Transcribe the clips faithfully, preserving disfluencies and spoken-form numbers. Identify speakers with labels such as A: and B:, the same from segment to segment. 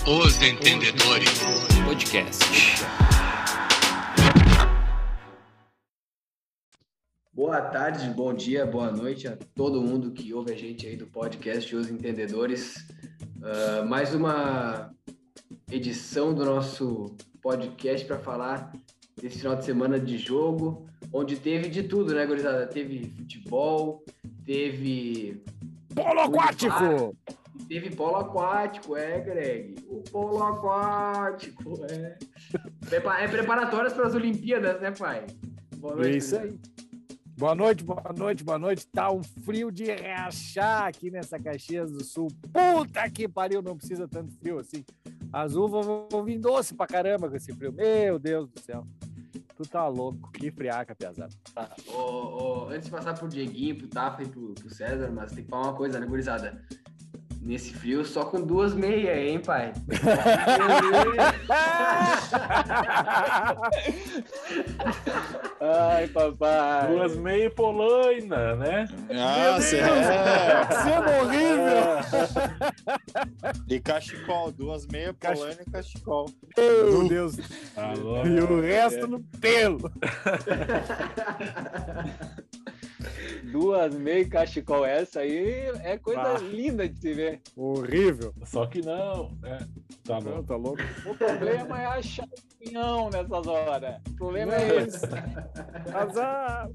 A: Os Entendedores Podcast.
B: Boa tarde, bom dia, boa noite a todo mundo que ouve a gente aí do podcast Os Entendedores. Uh, mais uma edição do nosso podcast para falar desse final de semana de jogo, onde teve de tudo, né, gurizada? Teve futebol, teve...
C: Polo aquático!
B: Teve polo aquático, é, Greg. O polo aquático, é. É preparatórias para as Olimpíadas, né, pai?
C: Boa noite. Isso aí. Boa noite, boa noite, boa noite. Tá um frio de rachar aqui nessa Caxias do Sul. Puta que pariu, não precisa tanto frio assim. As uvas vão vir doce pra caramba com esse frio. Meu Deus do céu. Tu tá louco. Que friaca, piazada. Tá.
B: Ô, ô, antes de passar pro Dieguinho, pro Tafa e pro, pro César, mas tem que falar uma coisa, né, gurizada? Nesse frio, só com duas meias, hein, pai?
C: Ai, papai.
D: Duas meias e polaina, né?
E: Nossa,
C: é. Sendo horrível.
E: E cachecol, duas meias, polaina e cachecol.
C: Meu Deus.
D: Alô,
C: e o resto é. no pelo.
F: Duas meias cachecol, essa aí é coisa ah. linda de se ver.
C: Horrível.
D: Só que não, é. Tá bom.
C: Não, tá louco.
F: O problema é achar opinião nessas horas. O problema é esse.
C: Azar.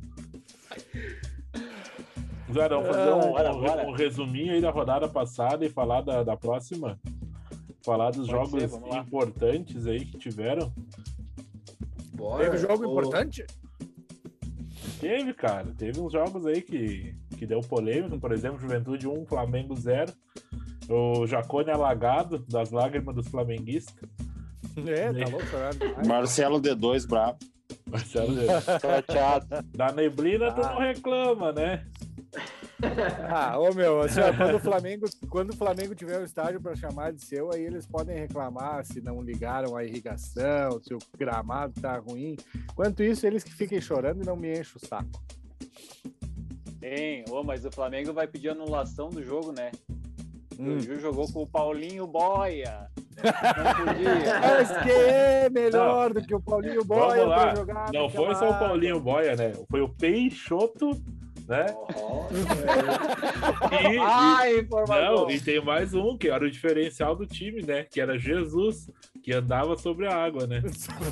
D: Zé, vamos fazer um, bora, um, bora. um resuminho aí da rodada passada e falar da, da próxima. Falar dos Pode jogos ser, importantes aí que tiveram.
C: Bora. Teve jogo oh. importante?
D: Teve, cara. Teve uns jogos aí que, que deu polêmica. Por exemplo, Juventude um, Flamengo zero. O Jacone alagado das lágrimas dos flamenguistas.
C: É, tá louco, caralho.
E: Marcelo D dois, brabo.
D: Marcelo D dois.
F: Chateado.
D: Da neblina, ah. tu não reclama, né?
C: Ah, ô meu, assim, ó, quando, o Flamengo, quando o Flamengo tiver o estádio para chamar de seu, aí eles podem reclamar se não ligaram a irrigação, se o gramado tá ruim. Enquanto isso, eles que fiquem chorando e não me enchem o saco.
F: Sim, oh, mas o Flamengo vai pedir anulação do jogo, né?
C: Hum.
F: O Ju jogou com o Paulinho Boia. Não podia.
C: Mas que é melhor não. do que o Paulinho Boia pra jogar.
D: Não foi só o Paulinho Boia, né? Foi o Peixoto, né?
B: Oh,
D: e,
F: ah,
D: e,
F: informação.
D: Não, e tem mais um, que era o diferencial do time, né? Que era Jesus, que andava sobre a água, né?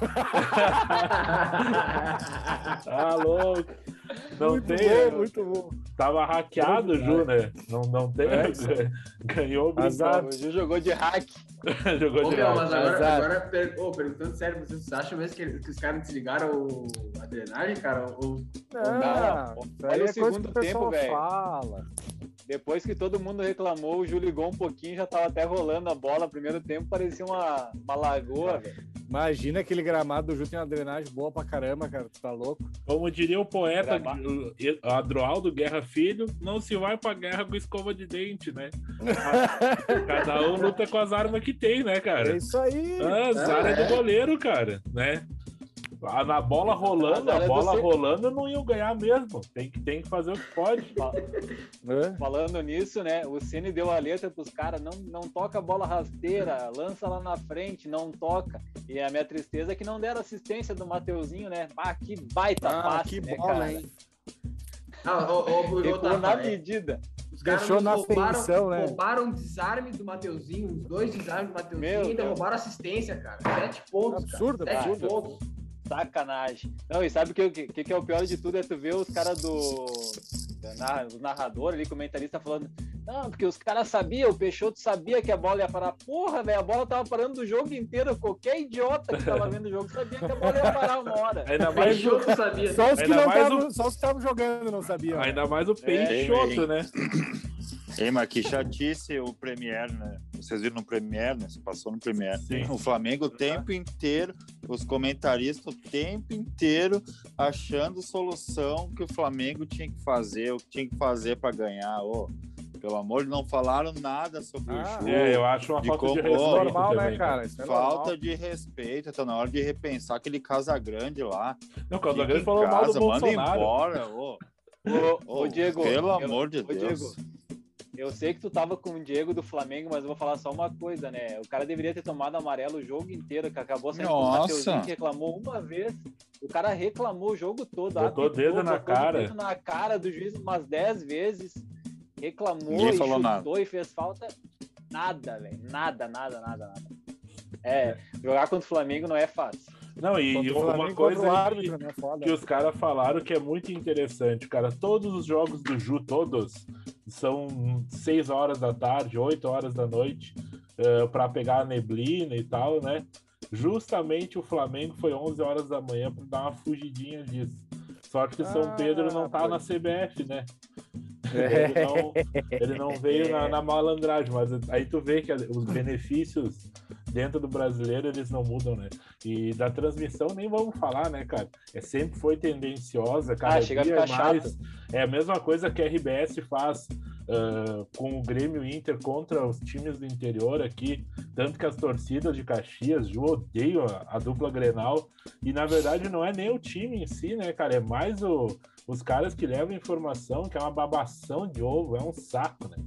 D: Tá louco. Não
C: muito
D: tem.
C: Bom, muito bom.
D: Tava hackeado o Ju, né? Não, não tem. É, Ganhou o
F: Azar. O Ju jogou de hack.
D: jogou
B: Ô,
D: de
B: meu,
D: hack.
B: mas agora, agora per... oh, perguntando sério, vocês acham mesmo que, que os caras desligaram o... a drenagem, cara? Ou...
C: Não, não.
F: Olha o segundo
C: que o
F: tempo, velho.
C: Fala.
F: Depois que todo mundo reclamou, o Ju ligou um pouquinho, já tava até rolando a bola. Primeiro tempo parecia uma, uma lagoa, velho.
C: Imagina aquele gramado do Ju tem uma drenagem boa pra caramba, cara. Tu tá louco?
D: Como diria o poeta o Adroaldo Guerra Filho, não se vai pra guerra com escova de dente, né? Cada um luta com as armas que tem, né, cara?
C: É isso aí.
D: Ah, as
B: ah,
D: áreas
B: é.
D: do goleiro, cara, né? Na bola rolando, a bola rolando não iam ganhar mesmo. Tem que, tem que fazer o que pode.
F: Falando nisso, né? O Ceni deu a letra pros caras, não, não toca a bola rasteira, lança lá na frente, não toca. E a minha tristeza é que não deram assistência do Mateuzinho, né? Ah, que baita
C: ah,
F: passe,
C: que
F: né,
C: bola,
F: cara?
C: hein?
B: Ah, ô, ô, ô,
F: Ficou
B: tá,
F: na
B: é.
F: medida.
B: Os caras
C: Deixou na
B: roubaram,
C: feição, né?
B: roubaram o desarme do Mateuzinho, os dois desarmes do Mateuzinho,
F: Meu
B: e ainda
F: Deus.
B: roubaram assistência, cara. Sete pontos,
C: Absurdo,
B: cara. Sete
C: absurdo.
B: pontos.
F: Sacanagem. Não, e sabe o que, que, que é o pior de tudo? É tu ver os caras do... O narrador ali, comentarista falando, não, porque os caras sabiam, o Peixoto sabia que a bola ia parar. Porra, velho, a bola tava parando do jogo inteiro. Qualquer idiota que tava vendo o jogo sabia que a bola ia parar uma hora.
D: Ainda mais o
B: Peixoto sabia.
C: Só os que
D: Ainda
C: não
D: mais
C: tavam,
D: o-
C: só os que estavam jogando não sabiam.
D: Ainda mais o Peixoto,
E: É,
D: né?
E: Ei, mas que chatice o Premier, né? Vocês viram no Premier, né? Você passou no Premier.
D: Sim.
E: O Flamengo o tempo inteiro, os comentaristas o tempo inteiro achando solução que o Flamengo tinha que fazer, o que tinha que fazer para ganhar. Ô, pelo amor de Deus, não falaram nada sobre
C: Ah,
E: o jogo.
D: É, eu acho uma
E: de
D: falta de
E: como-
D: respeito
C: Normal,
D: também.
C: né, cara? Isso é
E: Falta
C: normal.
E: de respeito, tá na hora de repensar aquele Casagrande lá.
D: Não, o
E: Fica
D: Casagrande
E: em
D: falou mal do
E: casa, manda
D: Bolsonaro.
E: embora, ô.
F: Ô,
E: Ô,
F: ô, Diego.
E: pelo
F: eu-
E: amor de
F: ô,
E: Deus.
F: Diego, eu sei que tu tava com o Diego do Flamengo, mas eu vou falar só uma coisa, né? O cara deveria ter tomado amarelo o jogo inteiro, que acabou sendo o Mateuzinho que reclamou uma vez. O cara reclamou o jogo todo.
D: Botou o dedo na cara.
F: Botou o dedo na cara do juiz umas dez vezes. Reclamou
E: Ninguém
F: e
E: falou
F: chutou
E: nada.
F: e fez falta. Nada, velho. Nada, nada, nada, nada. É, jogar contra o Flamengo não é fácil.
D: Não, e, e uma coisa
C: o
D: aí
C: árbitro, né? Foda.
D: que os caras falaram que é muito interessante, cara. Todos os jogos do Ju, todos, são seis horas da tarde, oito horas da noite, uh, para pegar a neblina e tal, né? Justamente o Flamengo foi onze horas da manhã para dar uma fugidinha disso. Sorte que São
C: Ah,
D: Pedro não tá
C: foi.
D: na C B F, né? Ele não, ele não veio na, na malandragem, mas aí tu vê que os benefícios dentro do brasileiro eles não mudam, né? E da transmissão nem vamos falar, né, cara? É, sempre foi tendenciosa, cada
F: Ah, chega a
D: dia
F: ficar
D: mais.
F: chato.
D: É a mesma coisa que a R B S faz uh, com o Grêmio Inter contra os times do interior aqui, tanto que as torcidas de Caxias Ju, odeiam a, a dupla Grenal, e na verdade não é nem o time em si, né, cara? É mais o os caras que levam informação, que é uma babação de ovo, é um saco, né?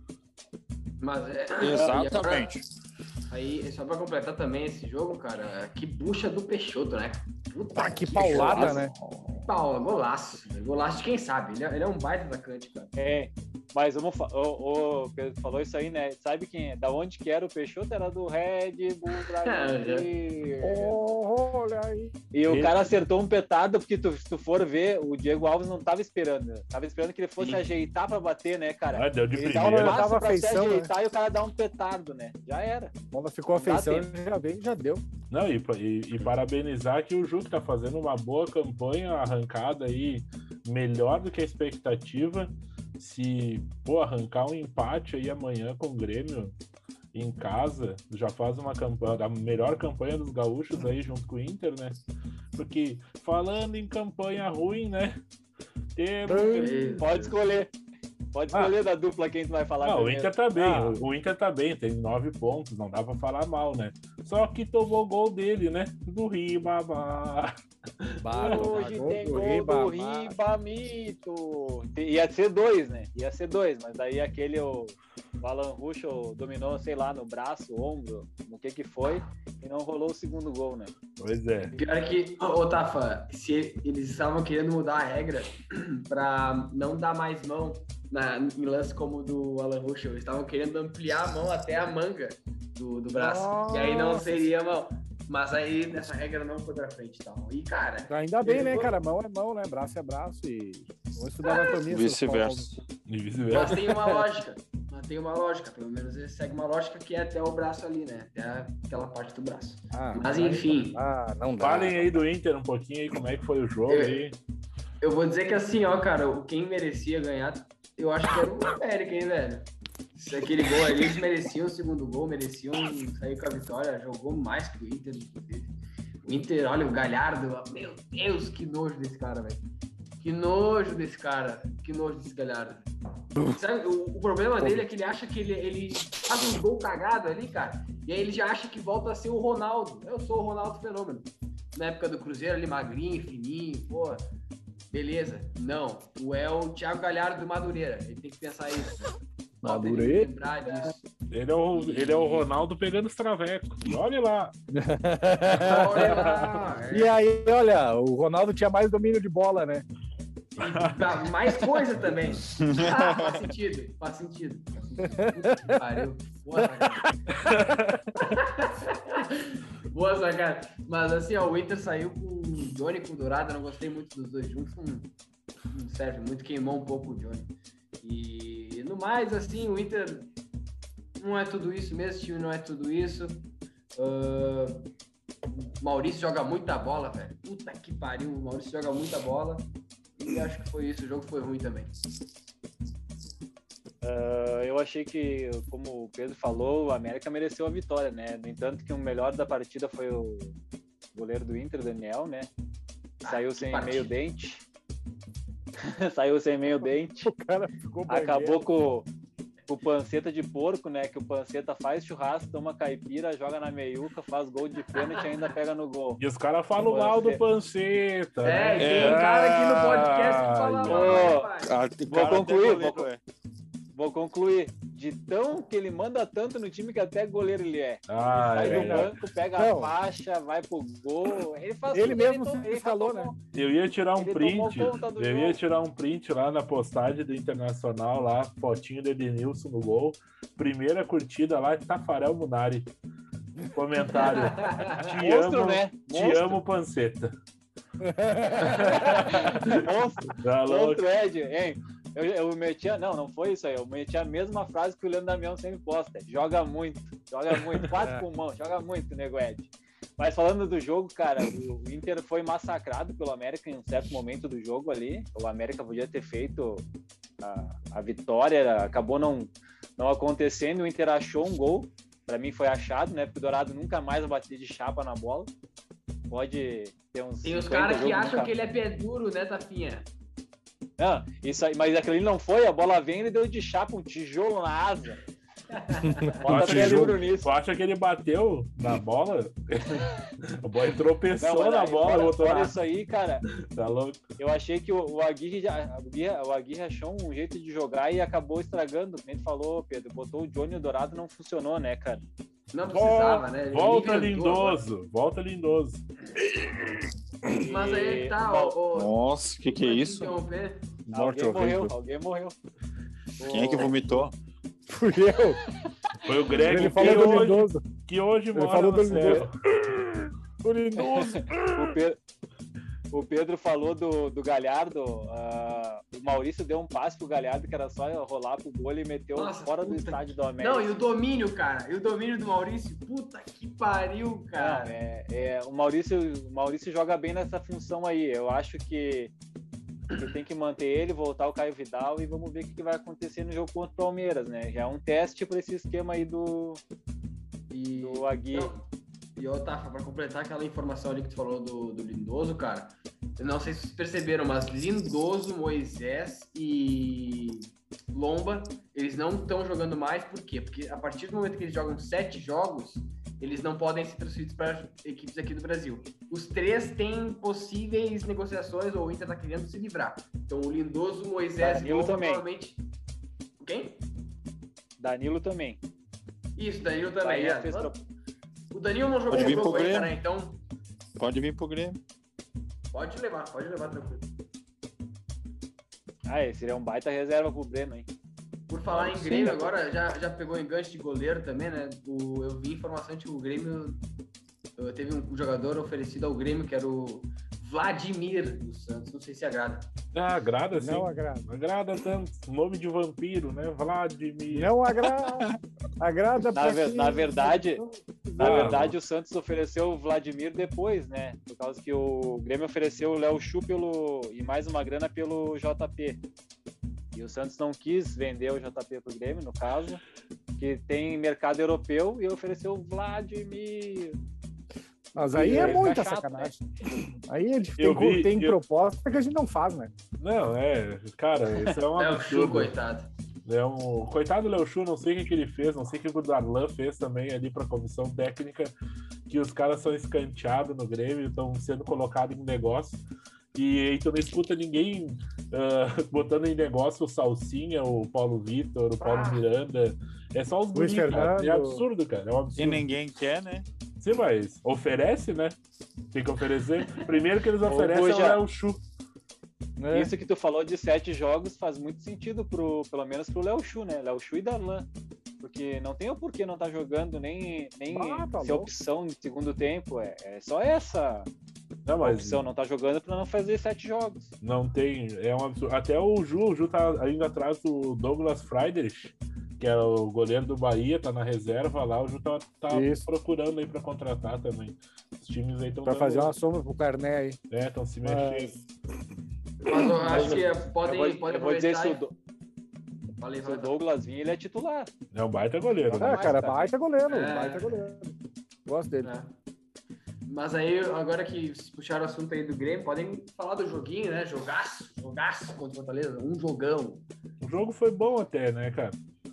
B: Mas é...
E: Exatamente.
B: Aí, só pra completar também esse jogo, cara, que bucha do Peixoto, né? Puta
C: Ah, que paulada,
B: golaço.
C: né?
B: Paula, golaço. Golaço de quem sabe. Ele é, ele é um baita atacante, cara.
F: É, mas vamos fa- o, o Pedro falou isso aí, né? Sabe quem é? Da onde que era o Peixoto? Era do Red Bull Brasil.
C: Oh, olha aí.
F: E o
D: Ele-
F: cara acertou um petardo, porque tu, se tu for ver, o Diego Alves não tava esperando. Né? Tava esperando que ele fosse
B: Sim.
F: ajeitar pra bater, né, cara?
D: Ah, deu de
F: Ele dá um
D: primeira.
C: Tava
F: passo pra se
C: feição, né?
F: ajeitar e o cara dá um petardo, né? Já era.
C: Quando ficou a feição,
F: tempo.
C: já vem, já deu.
D: Não, e, e, e parabenizar que o Ju que tá fazendo uma boa campanha, arrancada aí, melhor do que a expectativa. Se, pô, arrancar um empate aí amanhã com o Grêmio em casa, já faz uma campanha, a melhor campanha dos gaúchos aí junto com o Inter, né? Porque falando em campanha ruim, né? Temos...
F: Pode escolher. Pode escolher da dupla quem tu vai falar.
D: Ah, o
F: primeiro.
D: Inter tá bem,
C: Ah.
D: o, o Inter tá bem, tem nove pontos, não dá pra falar mal, né? Só que tomou gol dele, né? Do Ribamar.
F: Hoje tem gol do Ribamito. Ia ser dois, né? Ia ser dois, mas daí aquele, o, o Alan Ruschel dominou, sei lá, no braço, ombro, no que que foi, e não rolou o segundo gol, né?
D: Pois é.
B: Pior é que, ô Tafa, se eles estavam querendo mudar a regra pra não dar mais mão na, em lance como o do Alan Ruschel, eles estavam querendo ampliar a mão até a manga do, do braço.
C: Nossa.
B: E aí não seria mão. Mas aí essa regra não foi pra frente e tal. E, cara.
C: Ainda bem,
B: ele
C: né,
B: foi-
C: cara? Mão é mão, né? Braço é braço. E vamos estudar anatomia. seus
E: Vice-versa.
D: E
B: Mas
D: vice-versa.
B: tem uma lógica. Mas tem uma lógica. Pelo menos ele segue uma lógica que é até o braço ali, né? Até aquela parte do braço.
C: Ah,
B: Mas enfim.
C: Ah, não dá.
D: Falem aí do Inter um pouquinho aí, como é que foi o jogo
B: Eu-
D: aí.
B: Eu vou dizer que assim, ó, cara, o- quem merecia ganhar, eu acho que era o América, hein, velho? Se aquele gol ali, eles mereciam o segundo gol, mereciam sair com a vitória, jogou mais que o Inter, inclusive. O Inter, olha, o Galhardo, meu Deus, que nojo desse cara, velho. Que nojo desse cara, que nojo desse Galhardo. Sabe, o, o problema dele é que ele acha que ele, ele faz um gol cagado ali, cara, e aí ele já acha que volta a ser o Ronaldo. Eu sou o Ronaldo Fenômeno. Na época do Cruzeiro, ali magrinho, fininho, porra. Beleza. Não. Tu é o Thiago Galhardo do Madureira. Ele tem que pensar isso. Falta ele
C: Madureira?
B: lembrar disso.
D: Ele é o, ele é o Ronaldo pegando os travecos. E olha lá.
B: Olha lá. É.
C: E aí, olha, o Ronaldo tinha mais domínio de bola, né?
B: E dá mais coisa também. Ah, faz sentido. Faz sentido. Puta que pariu. Boa sacada. Boa sacada. Mas assim, ó, o Inter saiu com o Johnny com o Dourado. Eu não gostei muito dos dois juntos. Não, não serve muito. Queimou um pouco o Johnny. E no mais, assim, o Inter não é tudo isso mesmo. O time não é tudo isso. Uh, o Maurício joga muita bola, velho. Puta que pariu. O Maurício joga muita bola. E acho que foi isso. O jogo foi ruim também.
F: Uh, eu achei que, como o Pedro falou, o América mereceu a vitória, né? No entanto, que o melhor da partida foi o goleiro do Inter, Daniel, né? Saiu
B: Ah, que
F: sem
B: partida.
F: meio dente. Saiu sem meio dente.
C: O cara ficou
F: Acabou com, com o panceta de porco, né? Que o panceta faz churrasco, toma caipira, joga na meiuca, faz gol de pênalti e ainda pega no gol.
D: E os caras falam mal do Panceta.
B: É, e
D: né?
B: tem um cara aqui no podcast que fala
D: Ai,
B: mal,
F: ai.
B: né, pai?
E: Ah,
F: Vou concluir, vou,
E: é.
F: vou concluir. De tão que ele manda tanto no time que até goleiro ele é.
D: Ah,
F: Sai
D: é
F: do
D: verdade.
F: banco, pega
C: Não.
F: a faixa, vai pro gol. Ele faz
C: Ele
F: tudo,
C: mesmo
F: to-
C: se falou,
F: tomou-
C: né?
D: Eu ia tirar um
F: Ele
D: print,
F: tomou conta do
D: eu ia
F: jogo.
D: tirar um print lá na postagem do Internacional, lá, fotinho do Edenilson no gol. Primeira curtida lá, Tafarel Munari. Comentário. Te
F: Monstro,
D: amo,
F: né?
D: te
F: Monstro.
D: amo, Panceta.
F: Monstro.
D: Tá louco?
F: Monstro, Ed, hein? Eu, eu metia, não, não foi isso aí. Eu metia a mesma frase que o Leandro Damião sempre posta. Joga muito, joga muito, quase pulmão, joga muito, nego Ed. Mas falando do jogo, cara, o Inter foi massacrado pelo América em um certo momento do jogo ali. O América podia ter feito a, a vitória, acabou não, não acontecendo. O Inter achou um gol. Pra mim foi achado, né? Porque o Dourado nunca mais vai bater de chapa na bola. Pode ter uns.
B: Tem os
F: cinquenta
B: caras que
F: jogos,
B: acham
F: nunca-
B: que ele é pé duro, né, Tafinha?
F: Não, isso aí, mas aquele não foi, a bola vem e ele deu de chapa, um tijolo na asa. Bota
D: Acho
F: pé
D: que-
F: duro nisso.
D: Tu acha que ele bateu na bola? A bola tropeçou
F: Não, mas
D: na
F: aí,
D: bola,
F: olha,
D: botou
F: olha
D: na...
F: isso aí, cara.
D: Tá louco?
F: Eu achei que o, o, Aguirre, já- o, Aguirre, o Aguirre achou um jeito de jogar e acabou estragando. Como ele falou, Pedro, botou o Johnny e o Dourado, não funcionou, né, cara?
B: Não precisava, né? Ele
D: Volta
B: inventou agora.
D: lindoso, volta lindoso.
B: Mas aí é que tá,
F: Bom,
B: ó. ó,
E: Nossa, o que que é
B: pra te
E: isso?
B: interromper,
E: Morte
F: alguém morreu,
E: horrível.
F: alguém morreu.
E: Quem é que vomitou?
C: Fui eu.
D: Foi o Greg
C: Ele
D: que
C: falou do
D: hoje,
C: Lindoso.
D: que hoje
C: Ele
D: mora
C: falou
D: no
C: do
D: céu.
C: O Lindoso.
F: O Pedro, o Pedro falou do, do Galhardo. ah, o Maurício deu um passe pro Galhardo que era só rolar pro gol e meteu
B: Nossa,
F: fora do
B: puta
F: estádio do América.
B: Não, e o domínio, cara. E o domínio do Maurício. Puta que pariu,
F: Não,
B: cara.
F: é, é, o, Maurício, o Maurício joga bem nessa função aí. Eu acho que, que tem que manter ele, voltar o Caio Vidal e vamos ver o que, que vai acontecer no jogo contra o Palmeiras, né? Já é um teste para esse esquema aí do,
B: E,
F: do Aguirre.
B: Não, e ô, Tafa, pra completar aquela informação ali que tu falou do, do Lindoso, cara. Eu não sei se vocês perceberam, mas Lindoso, Moisés e Lomba, eles não estão jogando mais. Por quê? Porque a partir do momento que eles jogam sete jogos, eles não podem ser transferidos para equipes aqui do Brasil. Os três têm possíveis negociações, ou o Inter tá querendo se livrar. Então o Lindoso, Moisés
F: Danilo
B: e Lomba
F: também.
B: provavelmente... Quem?
F: Danilo também.
B: Isso, Danilo também.
F: Bahia
B: É.
F: fez pro-
B: O Danilo não jogou
E: Pode
B: o
E: vir
B: jogo
E: pro
B: ainda,
E: Grêmio.
B: né? Então
E: Pode vir pro Grêmio.
B: pode levar, pode levar tranquilo.
F: Ah, esse seria um baita reserva pro Breno, hein?
B: Por falar em
E: Sim.
B: Grêmio, agora já, já pegou enganche de goleiro também, né? O, eu vi informação de que o Grêmio uh, teve um jogador oferecido ao Grêmio que era o Vladimir do Santos. Não sei se agrada.
D: Ah, agrada sim.
C: Não agrada.
D: Agrada tanto. Nome de vampiro, né? Vladimir.
C: Não agrada. Agrada
F: Na
C: pra
F: ver-
C: quem-
F: na verdade- Na
D: Ah,
F: verdade, o Santos ofereceu o Vladimir depois, né? Por causa que o Grêmio ofereceu o Léo Chu pelo... e mais uma grana pelo J P. E o Santos não quis vender o J P pro Grêmio, no caso, que tem mercado europeu, e ofereceu o Vladimir.
C: Mas aí
F: E
C: é
F: aí
C: muita
F: fica chato,
C: sacanagem. Aí a gente
D: Eu
C: tem,
D: vi-
C: tem
D: eu-
C: proposta que a gente não faz, né?
D: Não, é. Cara, isso é um
B: É o Chu,
D: absurdo.
B: coitado.
D: É um... Coitado do Léo Chu, não sei o que, que ele fez, não sei o que o Darlan fez também ali pra comissão técnica, que os caras são escanteados no Grêmio, estão sendo colocados em negócio. E aí tu não escuta ninguém ah, botando em negócio o Salsinha, o Paulo Vitor, o Paulo
B: Ah.
D: Miranda. É só os
C: Luiz
D: bonitos, cara. É
C: Fernando.
D: absurdo, cara. É um
E: E
D: absurdo.
E: ninguém quer, né?
D: Sim, mas oferece, né? Tem que oferecer. Primeiro que eles oferecem é o
F: já-
D: Léo Chu.
C: É.
F: Isso que tu falou de sete jogos faz muito sentido, pro, pelo menos pro Léo Chu, né? Léo Chu e Darlan. Porque não tem o porquê não tá jogando, nem, nem
C: Ah, tá
F: ser
C: louco.
F: opção no segundo tempo. É, é só essa
D: Não,
F: a
D: mas
F: opção, não tá jogando pra não fazer sete jogos.
D: não tem. É um absurdo. Até o Ju, o Ju tá ainda atrás do Douglas Friedrich, que é o goleiro do Bahia, tá na reserva lá. O Ju tá, tá
C: Isso.
D: procurando aí pra contratar também. Os times aí estão
C: Pra fazer uma sombra pro Carné aí.
D: É, estão se
C: Mas-
D: mexendo.
B: Mas eu acho que é- podem,
F: eu vou,
B: podem
F: eu vou dizer se o,
B: aproveitar.
F: Do-
B: Falei,
F: se o
B: falei.
F: Douglas vir, ele é titular.
D: É um baita goleiro, né?
C: É, cara,
F: cara.
C: baita goleiro,
B: É.
C: baita goleiro. Gosto dele.
B: É. Mas aí, agora que vocês puxaram o assunto aí do Grêmio, podem falar do joguinho, né? Jogaço, jogaço contra o Fortaleza. Um jogão.
D: O jogo foi bom até, né, cara?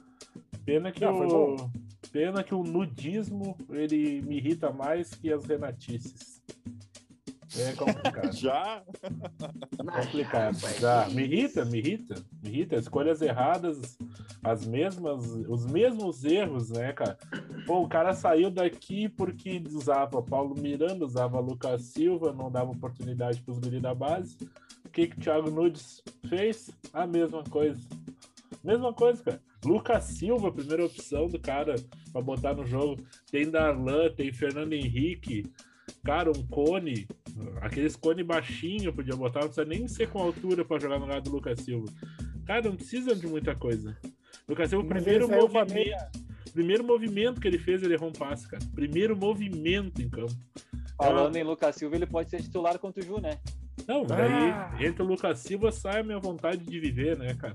D: Pena que
C: Não, foi
D: o.
C: bom.
D: Pena que o nudismo ele me irrita mais que as renatices. É complicado.
E: Já?
D: Complicado. Já. Me irrita, me irrita, me irrita. Escolhas erradas, as mesmas, os mesmos erros, né, cara? Pô, o cara saiu daqui porque usava Paulo Miranda, usava Lucas Silva, não dava oportunidade para os guris da base. O que, que o Thiago Nunes fez? A mesma coisa. Mesma coisa, cara. Lucas Silva, primeira opção do cara para botar no jogo. Tem Darlan, tem Fernando Henrique. Cara, um cone, aqueles cone baixinho podia botar, não precisa nem ser com altura para jogar no lugar do Lucas Silva. Cara, não precisa de muita coisa. Lucas Silva, o primeiro movimento, primeiro movimento que ele fez, ele errou um passe, cara. Primeiro movimento em campo.
F: Falando em Lucas Silva, ele pode ser titular contra o Ju, né?
D: Não, daí ah. entre o Lucas Silva sai a minha vontade de viver, né, cara?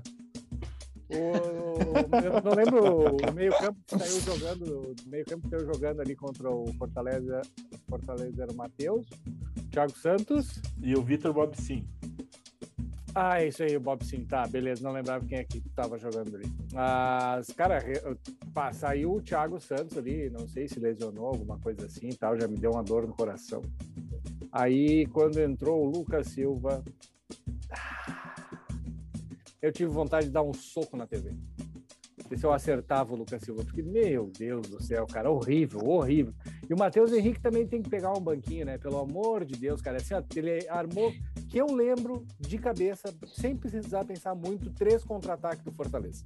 C: O, eu não lembro o meio-campo que saiu jogando, o meio-campo que saiu jogando ali contra o Fortaleza, Fortaleza era o Matheus, Thiago Santos
D: e o Vitor Bob Sim.
C: Ah, é isso aí, o Bob Sim, tá, beleza, não lembrava quem é que tava jogando ali. Mas, cara, pá, saiu o Thiago Santos ali, não sei se lesionou, alguma coisa assim e tal, já me deu uma dor no coração. Aí, quando entrou o Lucas Silva, eu tive vontade de dar um soco na T V. Se eu acertava o Lucas Silva, porque, meu Deus do céu, cara, horrível, horrível. E o Matheus Henrique também tem que pegar um banquinho, né? Pelo amor de Deus, cara. Assim, ó, ele armou, que eu lembro de cabeça, sem precisar pensar muito, três contra-ataques do Fortaleza.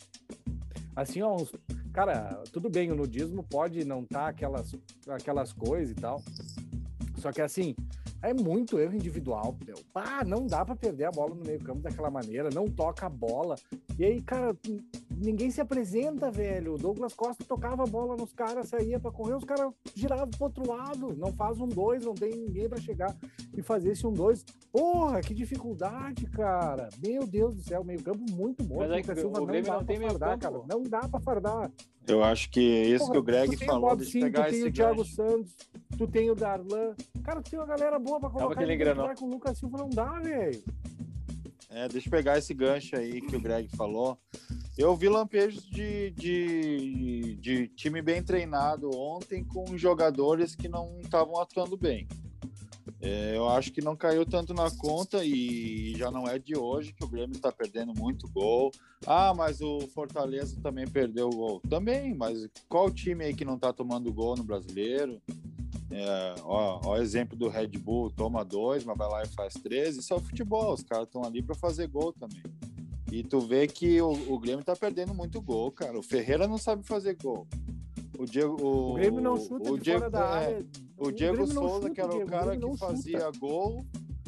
C: Assim, ó, uns... cara, tudo bem, o nudismo pode não estar aquelas, aquelas coisas e tal. Só que assim, é muito erro individual, meu. Ah, não dá pra perder a bola no meio campo daquela maneira, não toca a bola. E aí, cara, ninguém se apresenta, velho. O Douglas Costa tocava a bola nos caras, saía pra correr, os caras giravam pro outro lado. Não faz um dois, não tem ninguém pra chegar e fazer esse um dois. Porra, que dificuldade, cara. Meu Deus do céu, meio campo muito bom.
F: Mas é que o, o Grêmio não, não tem meio
C: fardar,
F: campo,
C: cara. Não dá pra fardar.
E: Eu acho que isso
C: Porra,
E: que o Greg falou,
C: de pegar tu tem o Thiago gancho. Santos, tu tem o Darlan. Cara, tu tem uma galera boa pra colocar
F: ele
C: entrar com o Lucas Silva, não dá, velho.
E: É, deixa eu pegar esse gancho aí que o Greg falou. Eu vi lampejos de, de, de time bem treinado ontem com jogadores que não estavam atuando bem. É, eu acho que não caiu tanto na conta e já não é de hoje que o Grêmio está perdendo muito gol. Ah, mas o Fortaleza também perdeu o gol. Também, mas qual time aí que não está tomando gol no Brasileiro? É, ó, ó, exemplo do Red Bull, toma dois, mas vai lá e faz três. Isso é o futebol, os caras estão ali para fazer gol também. E tu vê que o, o Grêmio tá perdendo muito gol, cara. O Ferreira não sabe fazer gol. O, Diego, o,
C: o Grêmio não chuta
E: o
C: de
E: Diego,
C: fora da área.
E: É, o, o Diego Souza,
C: chuta,
E: que era
C: Diego,
E: o cara que fazia chuta. gol,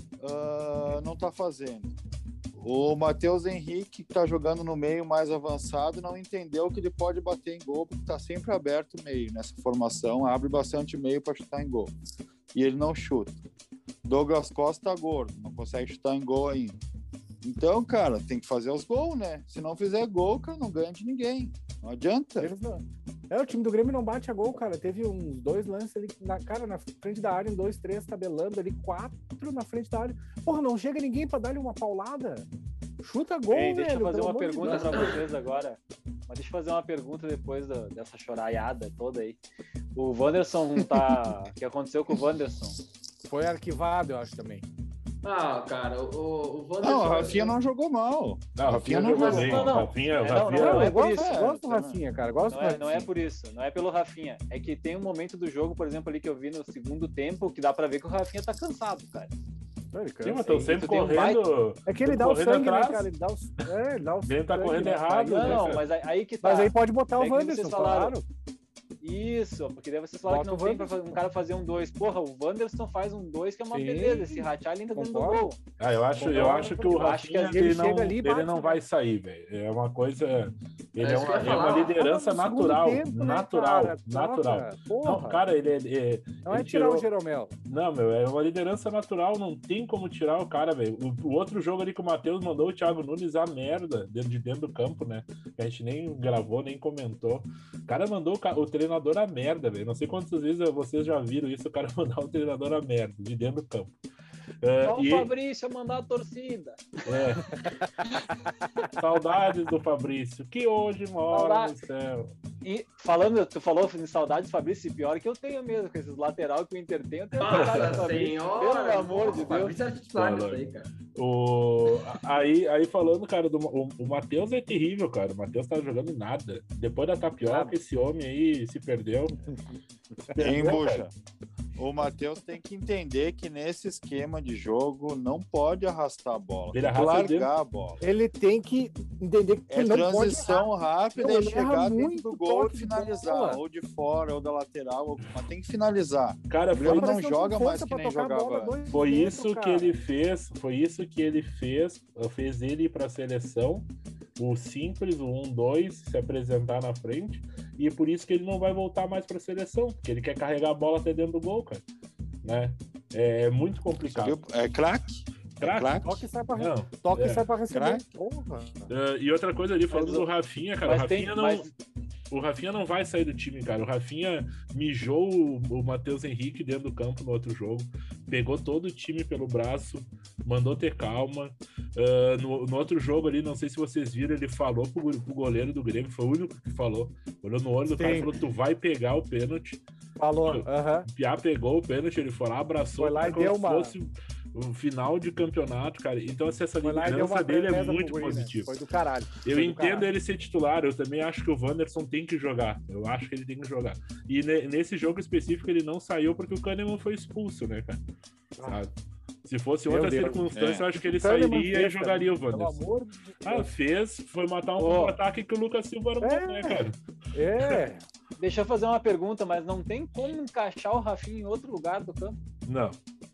E: uh, não tá fazendo. O Matheus Henrique, que tá jogando no meio mais avançado, não entendeu que ele pode bater em gol, porque tá sempre aberto o meio. Nessa formação, abre bastante meio para chutar em gol. E ele não chuta. Douglas Costa tá gordo, não consegue chutar em gol ainda. Então, cara, tem que fazer os gols, né? Se não fizer gol, cara, não ganha de ninguém. Não adianta.
C: É, o time do Grêmio não bate a gol, cara. Teve uns dois lances ali na cara, na frente da área, em dois, três, tabelando ali, quatro na frente da área. Porra, não chega ninguém pra dar-lhe uma paulada. Chuta gol,
F: Ei,
C: velho.
F: Deixa eu fazer uma pergunta de pra vocês agora. Mas deixa eu fazer uma pergunta depois do, dessa choraiada toda aí. O Wanderson tá... O que aconteceu com o Wanderson?
C: Foi arquivado, eu acho, também.
B: Ah, cara, o, o Wanderson...
E: Não, o Rafinha não jogou mal.
D: Não, o Rafinha não jogou bem.
F: Não, não.
D: Rafinha,
F: é,
D: Rafinha...
F: não, não, não é por isso.
C: Eu gosto do Rafinha, cara. Gosto
F: não,
C: do
F: é,
C: Rafinha.
F: não é por isso. Não é pelo Rafinha. É que tem um momento do jogo, por exemplo, ali que eu vi no segundo tempo, que dá pra ver que o Rafinha tá cansado, cara.
D: Sim, mas estão sempre correndo.
C: Um é que ele dá o sangue,
D: atrás.
C: né, cara? Ele dá o, é, ele dá o
D: Ele tá
C: sangue,
D: correndo
C: né,
D: errado.
F: Não,
D: né,
F: não, mas aí que tá.
C: Mas aí pode botar
F: é
C: o Wanderson, claro.
F: Isso, porque daí vocês falaram que não tem pra um cara fazer um dois. Porra, o Wanderson faz um dois que é uma Sim, beleza. Esse rachar ele ainda dentro do gol.
D: Ah, eu acho, eu acho que o Rafinha ele, ele não, ali, ele não vai sair, velho. É uma coisa... Ele é, é, uma, é uma liderança natural. Tempo, natural, né, natural. Não, cara, ele... ele
C: não
D: ele
C: é tirar tirou... o Jeromel.
D: Não, meu, é uma liderança natural. Não tem como tirar o cara, velho. O, o outro jogo ali que o Matheus mandou o Thiago Nunes a merda dentro de dentro do campo, né? Que a gente nem gravou, nem comentou. O cara mandou o, o treinador a merda, velho. Não sei quantas vezes vocês já viram isso, o cara mandar o treinador a merda, de dentro do campo. Uh,
F: Só
D: e...
F: o Fabrício mandar a torcida.
D: É. Saudades do Fabrício, que hoje mora
F: Saudade.
D: no céu.
F: E falando, tu falou de saudades do Fabrício, pior que eu tenho mesmo, com esses lateral que o Inter tem, eu tenho saudade do
B: Nossa
F: Fabrício.
B: senhora!
F: Pelo amor de
B: O
F: Deus.
B: Fabrício é titular disso aí, cara.
D: O... Aí, aí falando, cara, do... o, o Matheus é terrível, cara. O Matheus tá jogando nada. Depois da tapioca, esse homem aí se perdeu. Se perdeu,
E: Hein, Bucha?
D: cara.
E: O Matheus tem que entender que nesse esquema de jogo não pode arrastar a bola,
D: Ele
E: tem que
D: arrasta
E: largar
D: dentro.
E: a bola.
C: Ele tem que entender que
E: É
C: ele não pode
E: transição
C: errar.
E: rápida
C: Não,
E: e
C: ele erra
E: chegar dentro
C: muito
E: do gol e
C: toque de
E: finalizar,
C: bola.
E: ou de fora, ou da lateral, ou... mas tem que finalizar.
D: Cara,
E: O
D: foi,
E: Grêmio
C: Parece
E: não
C: que
E: joga
C: tem
E: mais
C: força
E: que
C: pra
E: nem
C: tocar a bola
E: jogava.
C: dois
D: foi
C: metros,
D: isso que
C: cara.
D: ele fez, foi isso que ele fez, fez ele ir pra seleção, o simples, o um dois, se apresentar na frente, e por isso que ele não vai voltar mais pra seleção, porque ele quer carregar a bola até dentro do gol, cara. Né? É muito complicado.
E: É craque? É
D: Craque?
E: craque?
C: Toque e sai pra,
D: Não,
C: toque
D: é.
C: e sai pra receber.
E: Craque.
C: Porra.
D: Uh, e outra coisa ali, falando
F: Mas
D: do
F: o-
D: Rafinha, cara, o
F: Mas tem,
D: Rafinha não.
F: mas,
D: O Rafinha não vai sair do time, cara. O Rafinha mijou o, o Matheus Henrique dentro do campo no outro jogo, pegou todo o time pelo braço, mandou ter calma. Uh, no, no outro jogo ali, não sei se vocês viram, ele falou pro, pro goleiro do Grêmio, foi o único que falou. Olhou no olho do cara e
C: Sim.
D: falou: tu vai pegar o pênalti.
C: Falou. Aham.
D: O Piá pegou o pênalti, ele foi lá, abraçou,
C: Foi lá e
D: como
C: deu
D: se
C: uma-
D: fosse o final de campeonato, cara. Então, assim, essa
C: Foi lá e deu
D: liderança
C: uma
D: dele é
C: firmeza pro
D: muito
C: guri, né?
D: positiva.
C: Foi do caralho.
D: Eu
C: Foi do
D: entendo
C: caralho.
D: ele ser titular, eu também acho que o Wanderson tem que jogar. Eu acho que ele tem que jogar. E ne- nesse jogo específico ele não saiu porque o Kahneman foi expulso, né, cara? Sabe? Se fosse
C: Meu
D: outra
C: Deus.
D: circunstância,
E: É.
D: eu acho que ele
C: Kahneman
D: sairia e
C: fez,
D: jogaria o
C: Pelo
D: Wanderson.
C: amor de
D: Ah,
C: Deus.
D: fez, foi matar um
F: Ô.
D: contra-ataque que o Lucas Silva armou,
C: É.
D: né, cara?
C: É.
F: deixa eu fazer uma pergunta, mas não tem como encaixar o Rafinha em outro lugar do campo?
D: Não.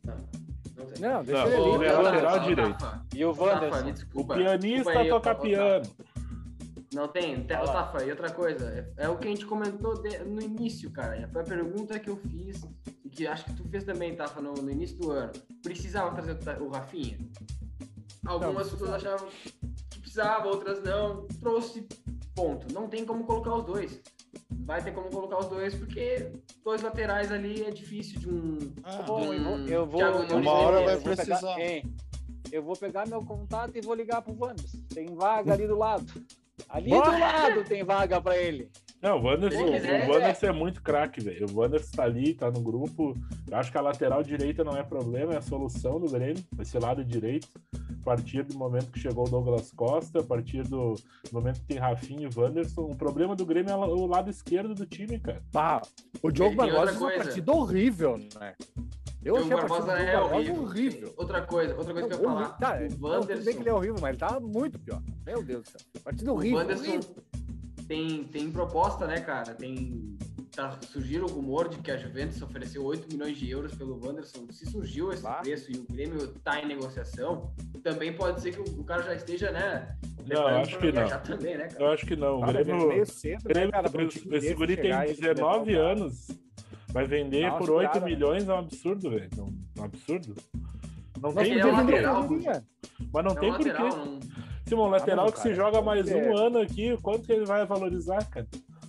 B: Não tem.
C: Não, deixa
D: Não,
C: ele
D: o
C: ali.
D: é
C: cara.
D: lateral
B: Rafa,
D: direito.
B: Rafa,
F: E o
B: Rafa,
F: Wanderson?
B: me
D: O
B: desculpa.
D: pianista
B: Desculpa aí,
D: toca
B: ô, ô,
D: piano.
B: Não tem, tem
F: Fala.
B: Tafa, e outra coisa, é, é o que a gente comentou de- no início, cara. Foi a pergunta que eu fiz e que acho que tu fez também, Tafa, no, no início do ano. Precisava trazer o Ta- o Rafinha? Algumas pessoas achavam que precisava, outras não. Trouxe, ponto. Não tem como colocar os dois. Vai ter como colocar os dois, porque dois laterais ali é difícil de um.
E: Ah,
F: Bom, eu vou,
B: Hum,
F: eu vou,
B: Thiago
F: eu
B: Nunes
F: vou-
E: uma hora
F: eu
E: vai
F: vou pegar-
E: precisar.
F: hein, eu vou pegar meu contato e vou ligar pro Wanderson. Tem vaga ali do lado. Ali do lado tem vaga pra ele.
D: Não, o Wanderson,
B: Se quiser,
D: o Wanderson é muito craque, velho. O Wanderson tá ali, tá no grupo. Eu acho que a lateral direita não é problema, é a solução do Grêmio, esse lado direito. A partir do momento que chegou o Douglas Costa, a partir do momento que tem Rafinha e Wanderson, o problema do Grêmio é o lado esquerdo do time, cara.
C: Pá, o Diogo
B: Tem
C: Barbosa
B: outra
C: fez uma
B: coisa.
C: partida horrível, né? Eu
B: Diogo
C: achei a partida do
B: Barbosa
C: Diogo
B: é
C: Barbosa
B: horrível.
C: horrível.
B: Outra coisa, outra coisa que eu ia
C: Não,
B: falar.
C: horrível. Tá,
B: o
C: não, tudo bem
B: Wanderson.
C: que ele é horrível, mas ele tá muito pior. Meu Deus do céu. Partida
B: O
C: horrível.
B: Wanderson
C: horrível.
B: tem, tem proposta, né, cara? Tem. Tá, surgiu o rumor de que a Juventus ofereceu oito milhões de euros pelo Wanderson. Se surgiu esse
C: Bah.
B: preço e o Grêmio tá em negociação, também pode ser que o, o cara já esteja, né?
D: Não,
B: preparando
D: acho
B: pra
D: que não.
B: viajar também, né, cara?
D: Eu acho que não. O
C: Cara,
D: Grêmio,
C: meio cedo, né,
D: Grêmio
C: cara, pra um time
D: esse
C: desse
D: guri
C: chegar
D: tem
C: e
D: dezenove
C: levar o cara.
D: anos. Vai vender
C: Dá uma
D: por oito
C: segurada, né?
D: milhões, é um absurdo, velho. Não- É um absurdo. Não
C: Nós
D: tem
B: ele é
C: podíamos
B: um
C: vender
B: lateral,
C: o Ferreirinha.
D: Mas não
B: É
D: tem
B: um
D: porquê.
B: lateral, não.
D: Simão, lateral
C: mas,
D: que
C: cara,
D: se joga mais
C: é.
D: um ano aqui, quanto que ele vai valorizar, cara?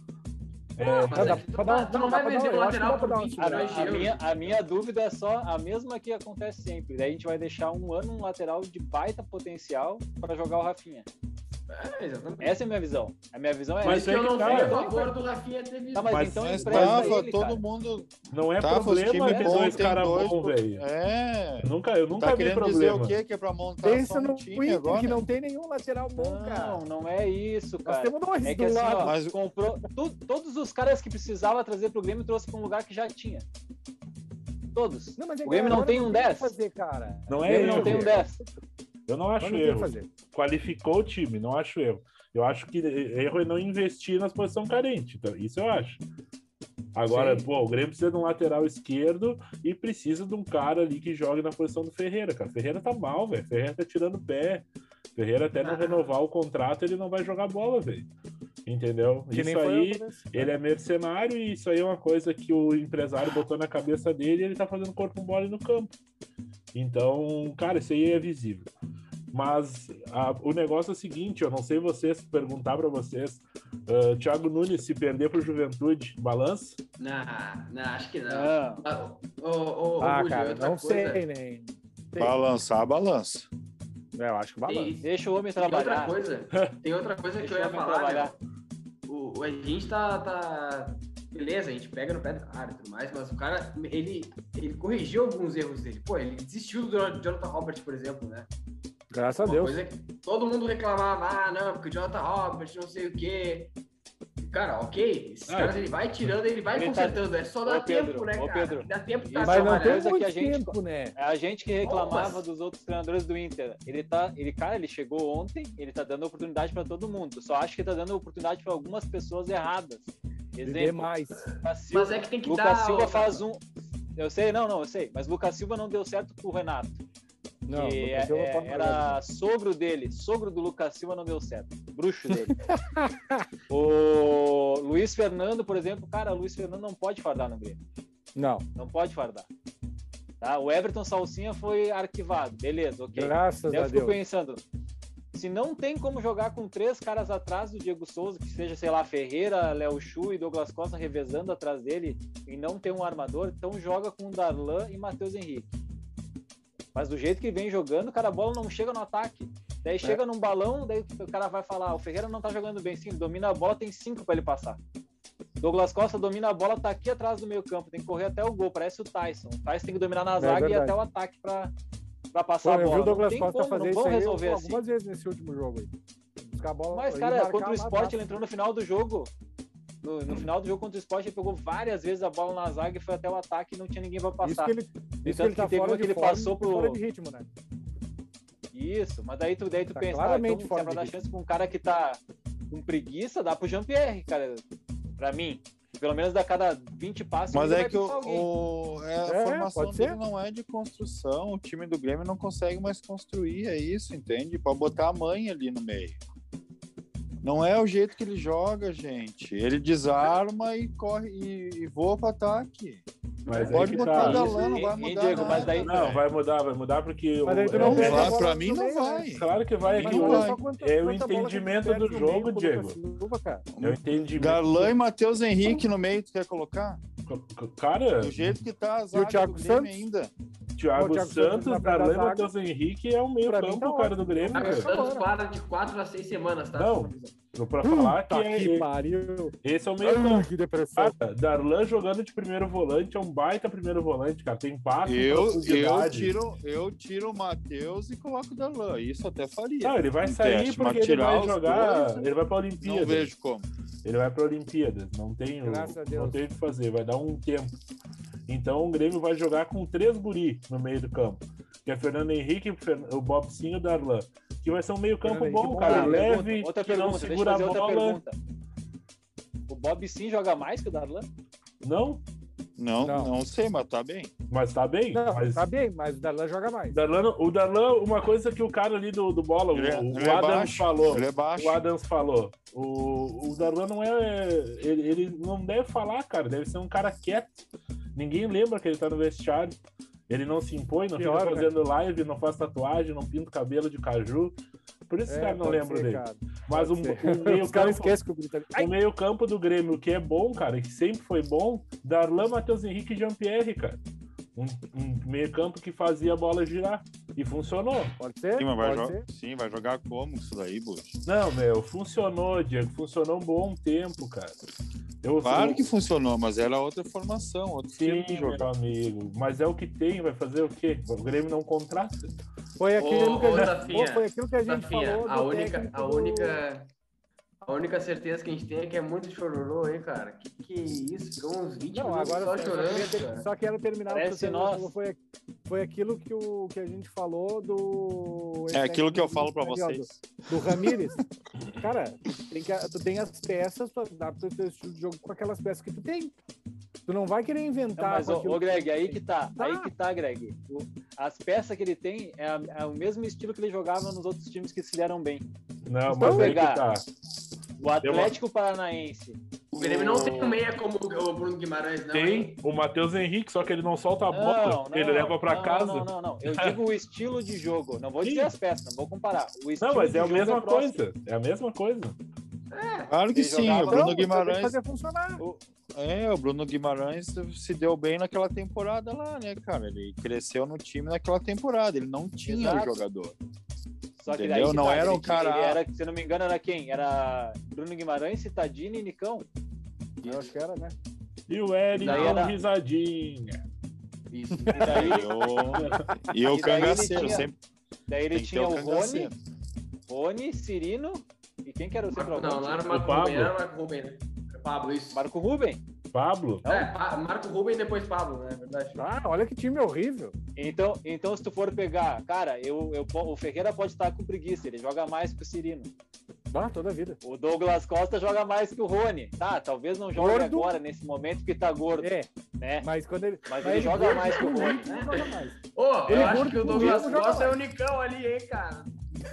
D: É,
B: Mas
C: Não, dá
B: é que tu,
C: pra dar-
B: tu não
C: dá
B: vai
C: pra
B: vender
C: dar-
B: o
C: eu acho que dá
B: lateral
C: pra dar
B: por
C: uma
B: vinte
F: A,
B: milhões de
F: a
B: euros.
F: minha, a minha dúvida é só a mesma que acontece sempre. Daí a gente vai deixar um ano um lateral de baita potencial para jogar o Rafinha.
B: É, exatamente.
F: Essa é a minha visão. A minha visão é
D: Mas
B: Mas
F: essa.
B: que eu não
D: tá,
B: fui a
D: então
B: favor do Rafinha ter visto.
F: Tá, mas,
D: Mas-
F: então
E: Mas
F: empresta
E: tava
F: ele,
E: todo
F: cara.
E: mundo.
D: não é
E: Tava os
D: problema
E: times
D: ter
E: bons,
D: dois
E: tem
D: caras
E: dois.
D: bons, velho.
E: É.
D: Eu Nunca, eu nunca
E: Tá
D: vi
E: querendo
D: problema.
E: dizer o quê? Que é pra montar
C: Pensa
E: só um
C: no
E: time
C: Inter,
E: agora?
C: que não tem nenhum lateral bom, cara.
F: Não, não é isso,
C: Nós
F: cara.
C: temos dois
F: É que
C: do
F: assim,
C: lado.
F: ó,
E: Mas-
F: comprou tu- todos os caras que precisava trazer pro Grêmio trouxe pra um lugar que já tinha. Todos.
C: Não, mas é
F: O Grêmio
C: que
F: não
C: agora
F: tem um
C: o que
F: dez.
C: fazer, cara.
D: Não
F: O
D: é
F: Grêmio não
D: erro.
F: tem um dez.
D: Eu não acho
C: Agora não tem o que
D: erro.
C: fazer.
D: Qualificou o time, não acho erro. Eu acho que erro é não investir nas posições carentes. Então, isso eu acho. Agora,
C: Sim.
D: pô, o Grêmio precisa de um lateral esquerdo e precisa de um cara ali que jogue na posição do Ferreira, cara. Ferreira tá mal, velho. Ferreira tá tirando o pé. Ferreira até não
B: Ah.
D: renovar o contrato, ele não vai jogar bola, velho. Entendeu?
C: Que nem
D: Isso
C: foi
D: aí,
C: outra vez.
D: ele é mercenário e isso aí é uma coisa que o empresário botou na cabeça dele e ele tá fazendo corpo mole no campo. Então, cara, isso aí é visível. Mas a- o negócio é o seguinte, eu não sei vocês, perguntar pra vocês, uh, Thiago Nunes se perder pro Juventude, balança?
B: Não, não, acho que não.
F: Não.
B: Ah, ô, ô, ô,
C: Ah,
B: Rúlio,
C: cara,
B: outra
C: não
B: coisa,
C: sei, nem.
E: Balançar, balança.
C: É, eu acho que balança.
B: E-
F: Deixa o homem
B: Tem outra
F: trabalhar.
B: coisa, tem outra coisa que
F: Deixa
B: eu ia
F: o homem
B: falar,
F: trabalhar.
B: né? O, a gente tá, tá. Beleza, a gente pega no pé do cara e tudo mais, mas o cara, ele, ele corrigiu alguns erros dele. Pô, ele desistiu do Jonathan Robert, por exemplo, né?
C: Graças a
B: Uma
C: Deus.
B: coisa que todo mundo reclamava, ah, não, porque o Jonathan Robert, não sei o quê. Cara, ok, esses
D: Ah,
B: caras ele vai tirando, ele vai
F: ele tá-
B: consertando, é só dar
F: Ô, Pedro,
B: tempo, né,
F: ô,
B: cara?
F: Pedro.
B: Dá tempo pra
F: Mas
C: Mas não
B: trabalhar.
C: tem
F: coisa
C: muito
F: que a gente-
C: tempo, né?
F: É a gente que reclamava
B: Opas.
F: dos outros treinadores do Inter. Ele tá, ele, cara, ele chegou ontem, ele tá dando oportunidade para todo mundo. Só acho que tá dando oportunidade para algumas pessoas erradas.
C: Viver
F: Exemplo,
C: mais.
F: Lucas Silva,
B: Mas é que tem que
F: Lucas
B: dar...
F: Silva
B: ó,
F: faz um. Eu sei, não, não, eu sei. Mas Lucas Silva não deu certo pro Renato.
C: Não,
F: que
C: Lucas Silva
F: é-
C: pode
F: era sogro dele, sogro do Lucas Silva não deu certo, bruxo dele. O Luiz Fernando, por exemplo, cara, o Luiz Fernando não pode fardar no Grêmio,
C: Não,
F: não pode fardar. Tá? O Everton Salsinha foi arquivado, beleza, ok.
C: graças
F: Daí
C: a
F: eu fico
C: Deus.
F: pensando, se não tem como jogar com três caras atrás do Diego Souza, que seja, sei lá, Ferreira, Léo Chu e Douglas Costa revezando atrás dele, e não tem um armador, então joga com Darlan e Matheus Henrique. Mas do jeito que vem jogando, cara, a bola não chega no ataque. Daí chega num balão, daí o cara vai falar, o Ferreira não tá jogando bem. Sim, domina a bola, tem cinco para ele passar. Douglas Costa domina a bola, tá aqui atrás do meio campo, tem que correr até o gol, parece o Tyson. O Tyson tem que dominar na
C: É
F: zaga e ir
C: verdade.
F: até o ataque para para
C: Pô,
F: passar a
C: eu vi
F: bola.
C: o Douglas
F: não tem
C: Costa
F: como,
C: fazer
F: não
C: isso
F: vão
C: aí
F: resolver
C: pô,
F: assim.
C: algumas vezes nesse último jogo aí. Buscar a bola,
F: Mas,
C: e
F: cara,
C: marcar
F: contra o
C: lá
F: Sport,
C: atrás.
F: ele entrou no final do jogo. No, no final do jogo contra o Sport, ele pegou várias vezes a bola na zaga e foi até o ataque e não tinha ninguém pra
C: Isso
F: passar.
C: que ele,
F: E
C: isso
F: tanto
C: que ele
F: que
C: tá
F: teve
C: fora
F: uma
C: de
F: que ele
C: forma,
F: passou pro-
C: fora de ritmo, né?
F: Isso, mas daí tu, daí tu
C: Tá
F: pensa, ah,
C: claramente
F: então, se
C: fora
F: é pra
C: de
F: dar
C: ritmo.
F: chance pra um cara que tá com preguiça, dá pro Jean-Pierre, cara. Pra mim. Pelo menos a cada vinte passos.
E: Mas
F: ele
E: é
F: vai
E: que o,
F: pisar alguém.
E: o- é, a
C: É,
E: formação
C: pode
E: dele
C: ser.
E: não é de construção. O time do Grêmio não consegue mais construir, é isso, entende? Pra botar a mãe ali no meio. Não é o jeito que ele joga, gente. Ele desarma e corre e, e voa pro ataque.
D: Mas
E: Pode
D: aí que
E: botar
D: tá.
E: o Darlan, não vai
F: Hein,
E: mudar
F: Diego,
E: nada.
F: mas daí-
D: Não, vai mudar, vai mudar porque
C: Mas
D: o-
C: aí tu
D: é
C: não
D: o-
C: pega a
E: vai,
C: bola
E: pra
C: no
E: mim não
C: meio, né?
E: vai.
D: Claro que vai, é
E: Mas
D: que
E: não
D: o,
E: vai.
C: Só quanta-
D: é o
C: quanta bola que tu
D: entendimento
C: perde
D: do
C: no
D: jogo,
C: meio com o
D: Diego.
C: Lucas Silva, cara.
D: é o entendimento.
E: Darlan e Matheus Henrique no meio, tu quer colocar?
D: Cara,
E: Do jeito que tá a zaga
C: Thiago
E: do Grêmio
C: Santos?
E: ainda.
D: Thiago
C: o Thiago Santos
D: Santos,
C: na frente
D: Darlan
C: da
D: e
C: zaga.
D: Matheus Henrique é o meio
C: Pra mim
D: campo,
C: tá
D: o cara
C: ótimo.
D: do Grêmio,
B: Ah, o
D: cara.
B: Santos para de quatro a seis semanas, tá?
D: Não. Pra falar que,
C: Tá
D: é,
C: que pariu.
D: esse é o meio
C: Ah,
D: campo.
C: que depressão.
D: Cara, Darlan jogando de primeiro volante é um baita primeiro volante, cara. Tem passe,
E: Eu, eu,
D: profundidade.
E: tiro, eu tiro o Matheus e coloco o Darlan. Isso até faria.
D: Não, ele vai
E: Um
D: sair
E: teste,
D: porque
E: mas
D: ele
E: tirar
D: vai
E: os
D: jogar.
E: dois,
D: ele vai pra
E: Não
D: Olimpíada.
E: vejo como.
D: Ele vai pra Olimpíadas. Não tem, o-
C: Graças a Deus.
D: não tem o que fazer. Vai dar um tempo. Então o Grêmio vai jogar com três guri no meio do campo. Que é Fernando Henrique, o Fer- o Bobsinho e o Darlan. Que vai ser um meio campo
C: Fernando
D: bom,
C: Henrique,
D: cara.
C: bom.
D: Leve,
F: Pergunta, outra
D: que não
F: pergunta, deixa eu
D: segura a
F: fazer outra
D: bola.
F: pergunta. O Bob sim joga mais que o Darlan?
D: Não,
E: Não,
C: Não.
E: não, sei, mas tá bem.
D: mas tá bem.
C: Não,
D: mas...
C: tá bem, mas o Darlan joga mais.
D: Darlan, o Darlan, uma coisa que o cara ali do, do bola, o,
E: Ele é,
D: o
E: ele é
D: Adams
E: baixo.
D: falou.
E: Ele é baixo.
D: O Adams falou. O, o Darlan não é. Ele, ele não deve falar, cara. Deve ser um cara quieto. Ninguém lembra que ele tá no vestiário. Ele não se impõe, não
C: Pior,
D: fica
C: né?
D: fazendo live, não faz tatuagem, não pinta o cabelo de caju. Por isso os
C: É,
D: caras não
C: pode
D: lembram
C: ser,
D: dele.
C: cara.
D: Mas o,
C: Pode ser.
D: o meio
C: Os caras
D: campo,
C: esquecem que o grito
D: o meio campo do Grêmio, que é bom, cara, que sempre foi bom, Darlan, Matheus Henrique e Jean-Pierre, cara. Um, um meio campo que fazia a bola girar. E funcionou.
C: Pode ser?
E: Sim, mas vai,
C: Pode
E: jo-
C: ser.
E: Sim, vai jogar como isso daí, Bush?
D: Não, meu, funcionou, Diego. Funcionou um bom tempo, cara. Eu,
E: Claro
D: eu-
E: que funcionou, mas era outra formação, outro
D: Sim,
E: estilo de
D: meu
E: jogar.
D: amigo. Mas é o que tem, vai fazer o quê? O Grêmio não contrata.
C: Foi aquilo
B: Ô,
C: que a
B: ô,
C: gente,
B: Rafinha,
C: Pô, foi aquilo que a gente
B: Rafinha,
C: falou.
B: a
C: do
B: única,
C: técnico
B: a
C: do-
B: única, a única certeza que a gente tem é que é muito chororô, hein, cara? Que que é isso? Ficou uns vinte
C: Não,
B: minutos
C: agora
B: só
C: só, só,
B: chorando,
C: queria ter-
B: cara.
C: só quero terminar
F: Parece
C: porque você
F: nós.
C: falou, foi, foi aquilo que, o, que a gente falou do.
E: É aquilo que eu falo pra
C: ali, ó,
E: vocês.
C: Do, do Ramírez. Cara, tem que, tu tem as peças pra dar pro teu estilo de jogo com aquelas peças que tu tem. Tu não vai querer
F: Não,
C: inventar.
F: mas,
C: com
F: ô,
C: aquilo
F: ô, Greg,
C: tu
F: aí
C: tem.
F: que tá.
C: Tá.
F: Aí que tá, Greg. O- as peças que ele tem é, a- é o mesmo estilo que ele jogava nos outros times que se deram bem.
D: Não,
F: Então,
D: mas aí que
F: pegar.
D: tá.
F: O Atlético Paranaense.
B: O Grêmio não tem um meia como o Bruno Guimarães, não,
D: Tem
B: hein?
D: o Matheus Henrique, só que ele não solta a bola,
F: Não, não,
D: ele leva pra
F: não,
D: casa.
F: Não, não, não. Eu digo o estilo de jogo. Não vou
D: Sim.
F: dizer as peças, não vou comparar. O estilo
D: Não, mas
F: de
D: é a
F: jogo
D: mesma
F: próximo.
D: coisa. É a mesma coisa.
E: Claro que
F: Ele
E: sim,
F: jogava-
E: o Bruno
C: Não, tem que
E: Guimarães.
C: fazer funcionar.
E: É, o Bruno Guimarães se deu bem naquela temporada lá, né, cara? Ele cresceu no time naquela temporada, ele não tinha
F: Exato.
E: o jogador.
F: Só que
E: Entendeu?
F: daí,
E: Não
F: tá,
E: era
F: ele
E: um
F: tinha-
E: cara-
F: Ele era, se eu não me engano, era quem? Era Bruno Guimarães, Citadini e Nicão.
C: Eu acho que era, né?
D: E o Eric
F: Daí
D: deu
F: era-
D: risadinha.
B: Isso.
F: E daí,
E: E o, e o
F: E daí ele
E: cangaceiro,
F: tinha-
E: sempre
F: daí ele
E: tem que ter
F: tinha
E: o
F: o Rony,
E: cangaceiro.
F: Rony, Cirino e quem que era o centroavante?
B: Não, não era o
D: O
B: Marco
D: Pablo.
B: Ruben, era o Marco Ruben, né? Era Pablo, isso.
F: Marco Ruben.
D: Pablo?
B: É, Pa- Marco Ruben e depois Pablo, né? É verdade.
C: Ah, olha que time horrível.
F: Então, então, se tu for pegar, cara, eu, eu, o Ferreira pode estar com preguiça, ele joga mais que o Cirino.
C: Ah, toda a vida.
F: O Douglas Costa joga mais que o Rony. Tá, talvez não jogue
C: Gordo.
F: agora, nesse momento, porque tá gordo,
C: É,
F: né?
C: mas quando ele.
F: Mas ele joga
C: gordo,
F: mais que o
C: ele
F: Rony.
C: não joga mais.
B: Ô,
C: Ele
B: eu acho
C: gordo
B: que o
C: com
B: Douglas
C: dinheiro, joga
B: Costa é o
C: mais.
B: Nicão ali, hein, cara.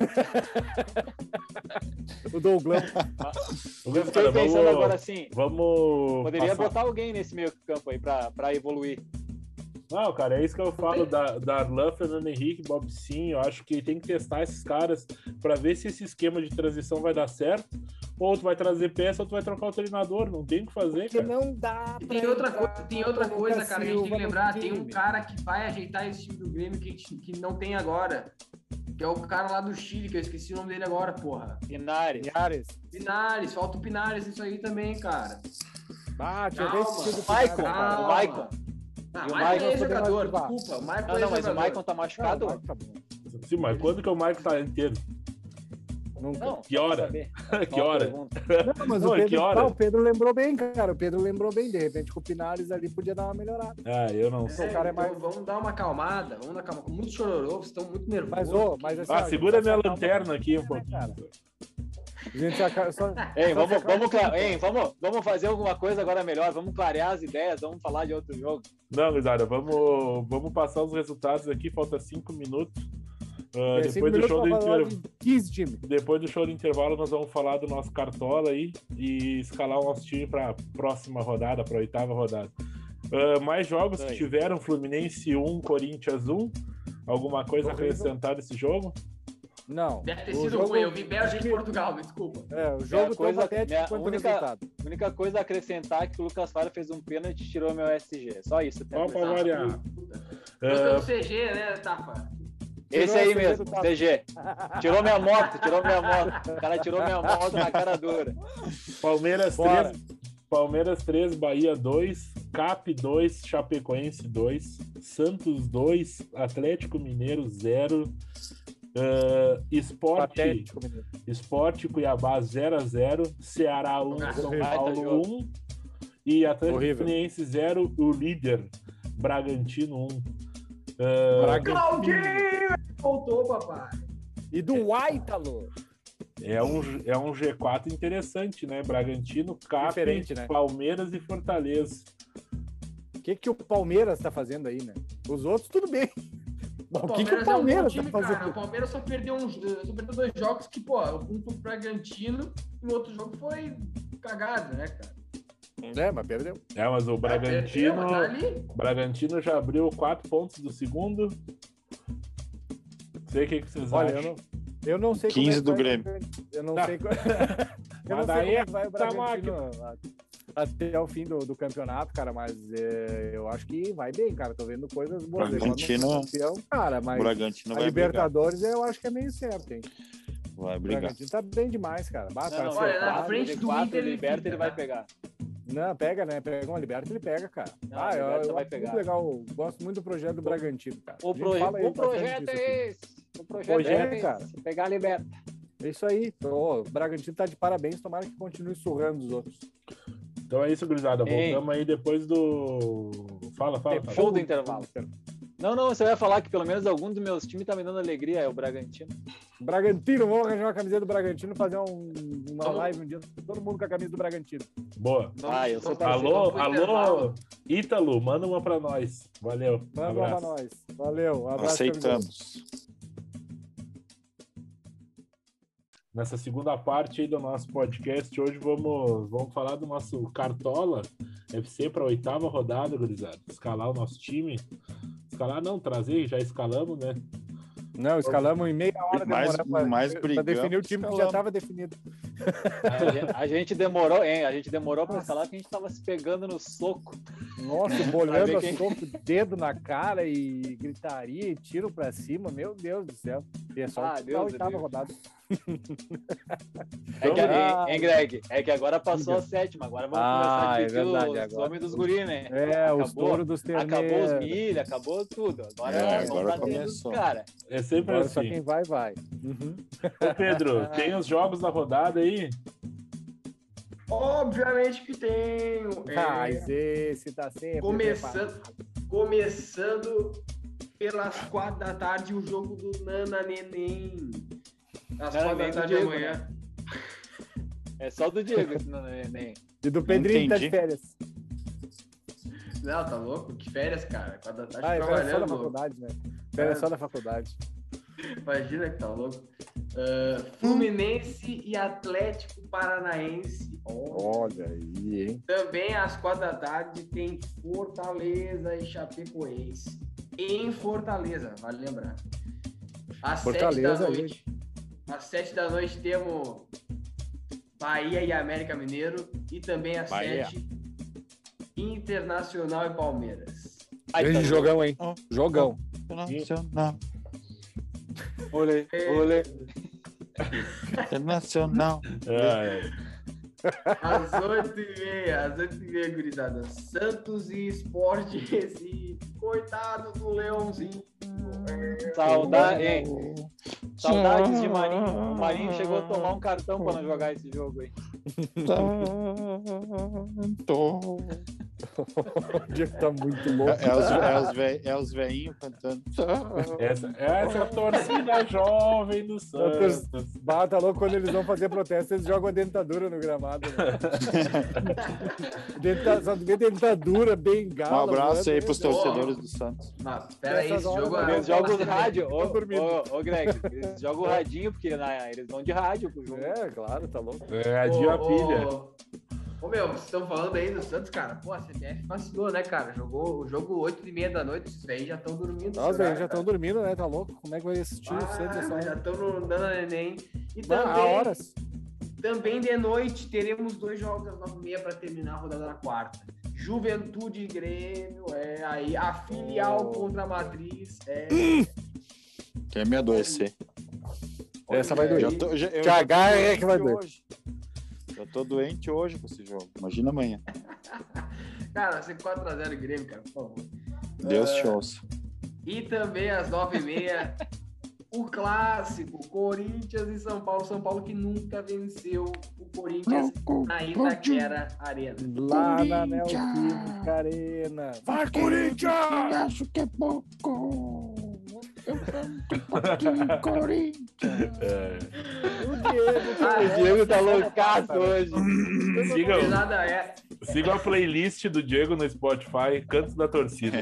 C: O Douglas.
D: Ô,
F: Eu fiquei
D: cara,
F: pensando
D: vamos,
F: agora assim,
D: vamos
F: poderia
D: passar-
F: botar alguém nesse meio campo aí pra, pra evoluir.
D: Não, cara, é isso que eu falo da, da Arlan, Fernando Henrique, Bob Sim. Eu acho que tem que testar esses caras pra ver se esse esquema de transição vai dar certo. Ou tu vai trazer peça ou tu vai trocar o treinador. Não tem o que fazer,
C: Porque
D: cara.
C: não dá
B: E
C: pra
B: tem outra,
C: entrar
B: co- tem outra
C: com o
B: coisa,
C: Lucas
B: cara, que a gente tem que
C: Silva no
B: lembrar. Tem um
C: time.
B: cara que vai ajeitar esse time do Grêmio que, que não tem agora. Que é o cara lá do Chile, que eu esqueci o nome dele agora, porra.
F: Pinares.
C: Pinares.
B: Pinares, falta o Pinares nisso aí também, cara.
C: Ah, tinha
B: Calma.
C: até esquecido do
F: Maicon,
C: Pinares,
F: cara,
C: cara.
F: o Maicon.
B: Ah,
F: E o
B: o Maicon
F: Maicon
B: é
C: podemos
B: jogador,
C: ativar.
B: desculpa. O Maicon
F: Não,
B: é
F: não, mas o
B: jogador.
F: Maicon tá
C: Ah,
F: machucado.
C: o Maicon tá bom.
D: Sim, mas quando que o Michael tá inteiro?
C: Nunca.
F: Não,
D: Que
F: só pra
D: hora?
F: saber.
D: Que
F: Só uma
D: hora?
F: pergunta.
C: Não, mas
D: Não,
C: o,
D: é que
C: Pedro,
D: hora?
C: ah, o Pedro lembrou bem, cara. O Pedro lembrou bem. De repente, com o Pinares ali podia dar uma melhorada.
D: Ah, eu não
B: É,
D: sei.
C: o cara é
B: então
C: mais-
B: vamos dar uma acalmada, vamos dar uma calma. Muito chororô, vocês estão muito nervosos.
C: Mas, ô, mas assim, ó,
D: Ah,
C: a
D: segura
C: gente
D: minha
C: só calma,
D: lanterna aqui um
C: né,
D: pouquinho.
C: cara? A gente só, ca- só,
F: Ei,
C: só
F: vamos,
C: se acalma
F: vamos, cla-
C: tudo.
F: ei, vamos, vamos fazer alguma coisa agora melhor, vamos clarear as ideias, vamos falar de outro jogo.
D: Não, gurizada, vamos, vamos passar os resultados aqui. Falta cinco minutos. Ah,
C: É, cinco
D: depois, do
C: minutos
D: show do
C: pra falar
D: intervalo,
C: de quinze times.
D: depois do show do intervalo, nós vamos falar do nosso cartola aí e escalar o nosso time para a próxima rodada, para a oitava rodada. Ah, mais jogos
F: Isso
D: que
F: aí.
D: tiveram: Fluminense um, Corinthians um. Alguma coisa a
C: Horrível.
D: acrescentar desse jogo?
C: Não.
B: Deve ter
C: o
B: sido
C: jogo-
B: ruim, eu vi Bélgica e Portugal, me desculpa.
C: É, o
F: Minha
C: jogo tão
F: coisa-
C: patético
F: minha
C: quanto o
F: única-
C: resultado.
F: A única coisa a acrescentar é que o Lucas Fara fez um pênalti e tirou meu S G. Só isso. tem a
D: Só para
F: acrescentar.
D: variar.
B: Gostou
D: Ah,
B: do C G, né, Tafa?
F: Esse
C: Tirou
F: aí
C: o C G
F: mesmo,
C: do Tato.
F: C G. Tirou minha moto, tirou minha moto. O cara tirou minha moto na cara dura.
D: Palmeiras
C: Bora.
D: três, Palmeiras três, Bahia dois, Cap dois, Chapecoense dois, Santos dois, Atlético Mineiro zero, uh, Esporte,
C: Patético, menino.
D: Esporte Cuiabá zero a zero, Ceará um,
B: Jogaço.
D: São
F: Baita
D: Paulo
F: jogo.
D: um e Atlético
C: Horrível.
D: Fluminense zero, o líder Bragantino um. Uh,
C: Bragantino.
B: Claudinho! Voltou, papai.
C: E do Aitalo.
D: é, um, é um G quatro interessante, né? Bragantino, Cap,
C: Diferente, né?
D: Palmeiras e Fortaleza.
C: O que, que o Palmeiras tá fazendo aí, né? Os outros, tudo bem. Mas o que, que o
B: é um bom
C: Palmeiras
B: time,
C: tá
B: cara. O
C: fazendo?
B: Palmeiras só perdeu, uns, só perdeu dois jogos que, pô, um foi pro Bragantino e o outro jogo foi cagado, né, cara?
C: É, mas perdeu.
D: É, mas o Bragantino,
B: Perdeu, tá ali.
D: Bragantino já abriu quatro pontos do segundo. Não sei o que, que vocês
C: Olha, eu
D: acham.
C: não, eu não sei
E: quinze
C: como é que
E: do
C: vai-
E: Grêmio.
C: Eu não
D: Tá.
C: sei, co- eu não
D: Mas
C: sei
D: daí
C: como é
D: é
C: que vai o
D: tá
C: Bragantino a- até o fim do, do campeonato, cara, mas é, eu acho que vai bem, cara. Tô vendo coisas boas.
E: Bragantino-
C: Igual no campeão, cara,
E: O
C: mas
E: Bragantino
C: a
E: vai brigar.
C: Libertadores eu acho que é meio certo, hein?
E: Vai
C: O
E: brigar.
C: Bragantino tá bem demais, cara. Bah,
F: Não,
C: cara,
F: não,
B: olha, na
C: acertado.
B: frente
F: de
B: do
F: quatro,
B: Inter, ele
F: liberta,
B: fica,
F: ele vai
B: tá?
F: pegar.
C: Não, pega, né? Pega uma liberta, ele pega, cara.
F: Não,
C: ah,
F: a
C: eu,
F: Liberta
C: eu
F: vai
C: acho
F: pegar.
C: muito legal. eu Gosto muito do projeto do Bragantino, cara.
F: O,
C: A gente
F: proje
C: fala aí
F: o
C: bastante
F: projeto
C: disso aqui.
F: é esse. O projeto,
C: Projeto,
F: é esse.
C: cara.
F: Pegar a liberta.
C: É isso aí. Ô, o Bragantino tá de parabéns, tomara que continue surrando os outros.
D: Então é isso, gurizada.
F: Ei.
D: Voltamos aí depois do. Fala, fala.
F: Tempo.
D: fala.
F: Show do intervalo. Não, não, você vai falar que pelo menos algum dos meus times tá me dando alegria, é o Bragantino.
C: Bragantino, vamos arranjar uma camiseta do Bragantino, fazer um- uma
B: Vamos.
C: live um dia, todo mundo com a camisa do Bragantino.
D: Boa.
F: Ah, eu sou
B: Vamos-
F: parceiro.
D: Alô,
B: vamos pro intervalo.
D: alô, Ítalo, manda uma pra nós. Valeu.
C: Manda uma pra
D: abraço.
C: nós. Valeu, um abraço.
E: Aceitamos.
D: Nessa segunda parte aí do nosso podcast, hoje vamos, vamos falar do nosso Cartola F C para a oitava rodada, gurizada. Escalar o nosso time. Escalar não, trazer, já escalamos, né?
C: Não, escalamos em meia hora.
E: Mais-
C: demoramos pra-
E: mais
C: pra
E: brigamos
C: definir o time que já
E: escalamos.
C: estava definido.
F: A gente, a gente demorou, hein? A gente demorou pra escalar porque a gente tava se pegando no soco.
C: Nossa, bolhando a
F: quem-
C: soco, dedo na cara e gritaria e tiro pra cima. Meu Deus do céu. E é só
F: Ah,
C: a
F: Deus
C: oitava
F: Deus.
C: rodada.
F: É que,
C: Ah,
F: hein, hein, Greg? É que agora passou a sétima. Agora vamos
C: Ah,
F: começar a
C: é
F: discutir
C: verdade,
F: os
C: agora.
F: homens dos guri, né?
C: É, os
F: Acabou-
C: touros dos terneiros.
F: Acabou os milho, acabou tudo. Agora
E: É,
F: vamos
E: agora
F: bater nos
E: começou.
F: cara.
D: É sempre
C: Agora só
D: assim.
C: quem vai, vai. Uhum.
D: Ô, Pedro, tem os jogos da rodada aí?
B: Obviamente que tenho. É,
C: Mas esse tá sempre
B: começando, começando pelas quatro da tarde, o jogo do Nana Neném. Às
F: Nana
B: quatro da
F: Neném do
B: tarde da
F: Diego,
B: manhã.
F: É só do Diego esse não é nem.
C: E do Pedrinho que tá de
E: Entendi.
C: férias.
B: Não, tá louco? Que férias, cara. quatro da tarde
C: Ah, é férias só da
B: trabalhando.
C: faculdade, né? Férias só da faculdade.
B: Imagina que tá louco. Ah, Fluminense e Atlético Paranaense. Ó,
C: Olha aí, hein?
B: também às quatro da tarde tem Fortaleza e Chapecoense. Em Fortaleza, vale lembrar. Às sete da
C: Fortaleza,
B: noite. Às sete da noite temos Bahia e América Mineiro. E também às
E: Bahia.
B: sete, Internacional e Palmeiras.
F: Ai,
C: Grande
F: tá
C: jogão, hein?
E: Ó.
C: Jogão.
E: Internacional.
F: Olê, olê.
E: Internacional.
D: Ah, é.
B: Às oito e meia, às oito e meia, gurizada. Santos e Sport Recife. Coitado do Leãozinho. É,
F: Saudade, hein? Saudades de Marinho. O Marinho chegou a tomar um cartão pra não jogar esse jogo aí.
C: O Diego tá muito louco.
E: É, é os, é, os ve, é os veinhos cantando.
D: Essa, essa é a torcida jovem do Santos.
C: Bah, tá louco, quando eles vão fazer protesto, eles jogam a dentadura no gramado. Né? Denta, só vê dentadura, bengala.
E: Um abraço
C: mano.
E: aí pros
B: Ó.
E: torcedores do Santos.
B: Mas, pera aí,
C: Nessas
B: esse
C: horas,
B: jogo
C: mano,
B: é...
F: Eles jogam os rádio. Ô,
C: Tô dormindo.
F: ô, ô, Greg, eles jogam o radinho, porque na, eles vão de rádio pro jogo.
C: É, claro, tá louco.
D: É, adia a pilha.
B: Ô, ô, meu, vocês estão falando aí do Santos, cara. Pô, a C B F vacilou, né, cara? Jogou o jogo oito e meia da noite, esses velhos já estão dormindo.
C: Nossa,
B: será,
C: eles já estão
B: cara?
C: dormindo, né? Tá louco? Como é que vai assistir o Santos
B: Ah,
C: essa
B: já
C: hora?
B: estão no dando neném. E
C: Ah, há
B: também,
C: horas.
B: também de noite teremos dois jogos às nove e meia para terminar a rodada da quarta. Juventude e Grêmio, é aí a filial
C: Oh.
B: contra a matriz. É,
E: Quer me adoecer.
C: Essa vai
B: olha
C: doer.
B: aí.
E: Eu tô, já, eu
C: Que a
E: já tô
C: H é
E: doente
C: que vai doer.
E: hoje. Eu tô doente hoje com esse jogo. Imagina amanhã.
B: Cara, vai ser quatro a zero Grêmio, cara, por favor.
E: Deus
B: Ah,
E: te ouça.
B: E também às nove e meia, o clássico, Corinthians e São Paulo. São Paulo que nunca venceu o Corinthians na Itaquera Arena.
C: Lá na Neoquímica Arena. Vai, Corinthians!
E: Acho que é pouco. Eu canto um pouquinho, Corinthians.
D: É.
C: O Diego,
B: Ah,
F: O Diego tá loucaço hoje.
D: Sigam,
B: Gurizada, é,
D: sigam a playlist do Diego no Spotify, Cantos da Torcida.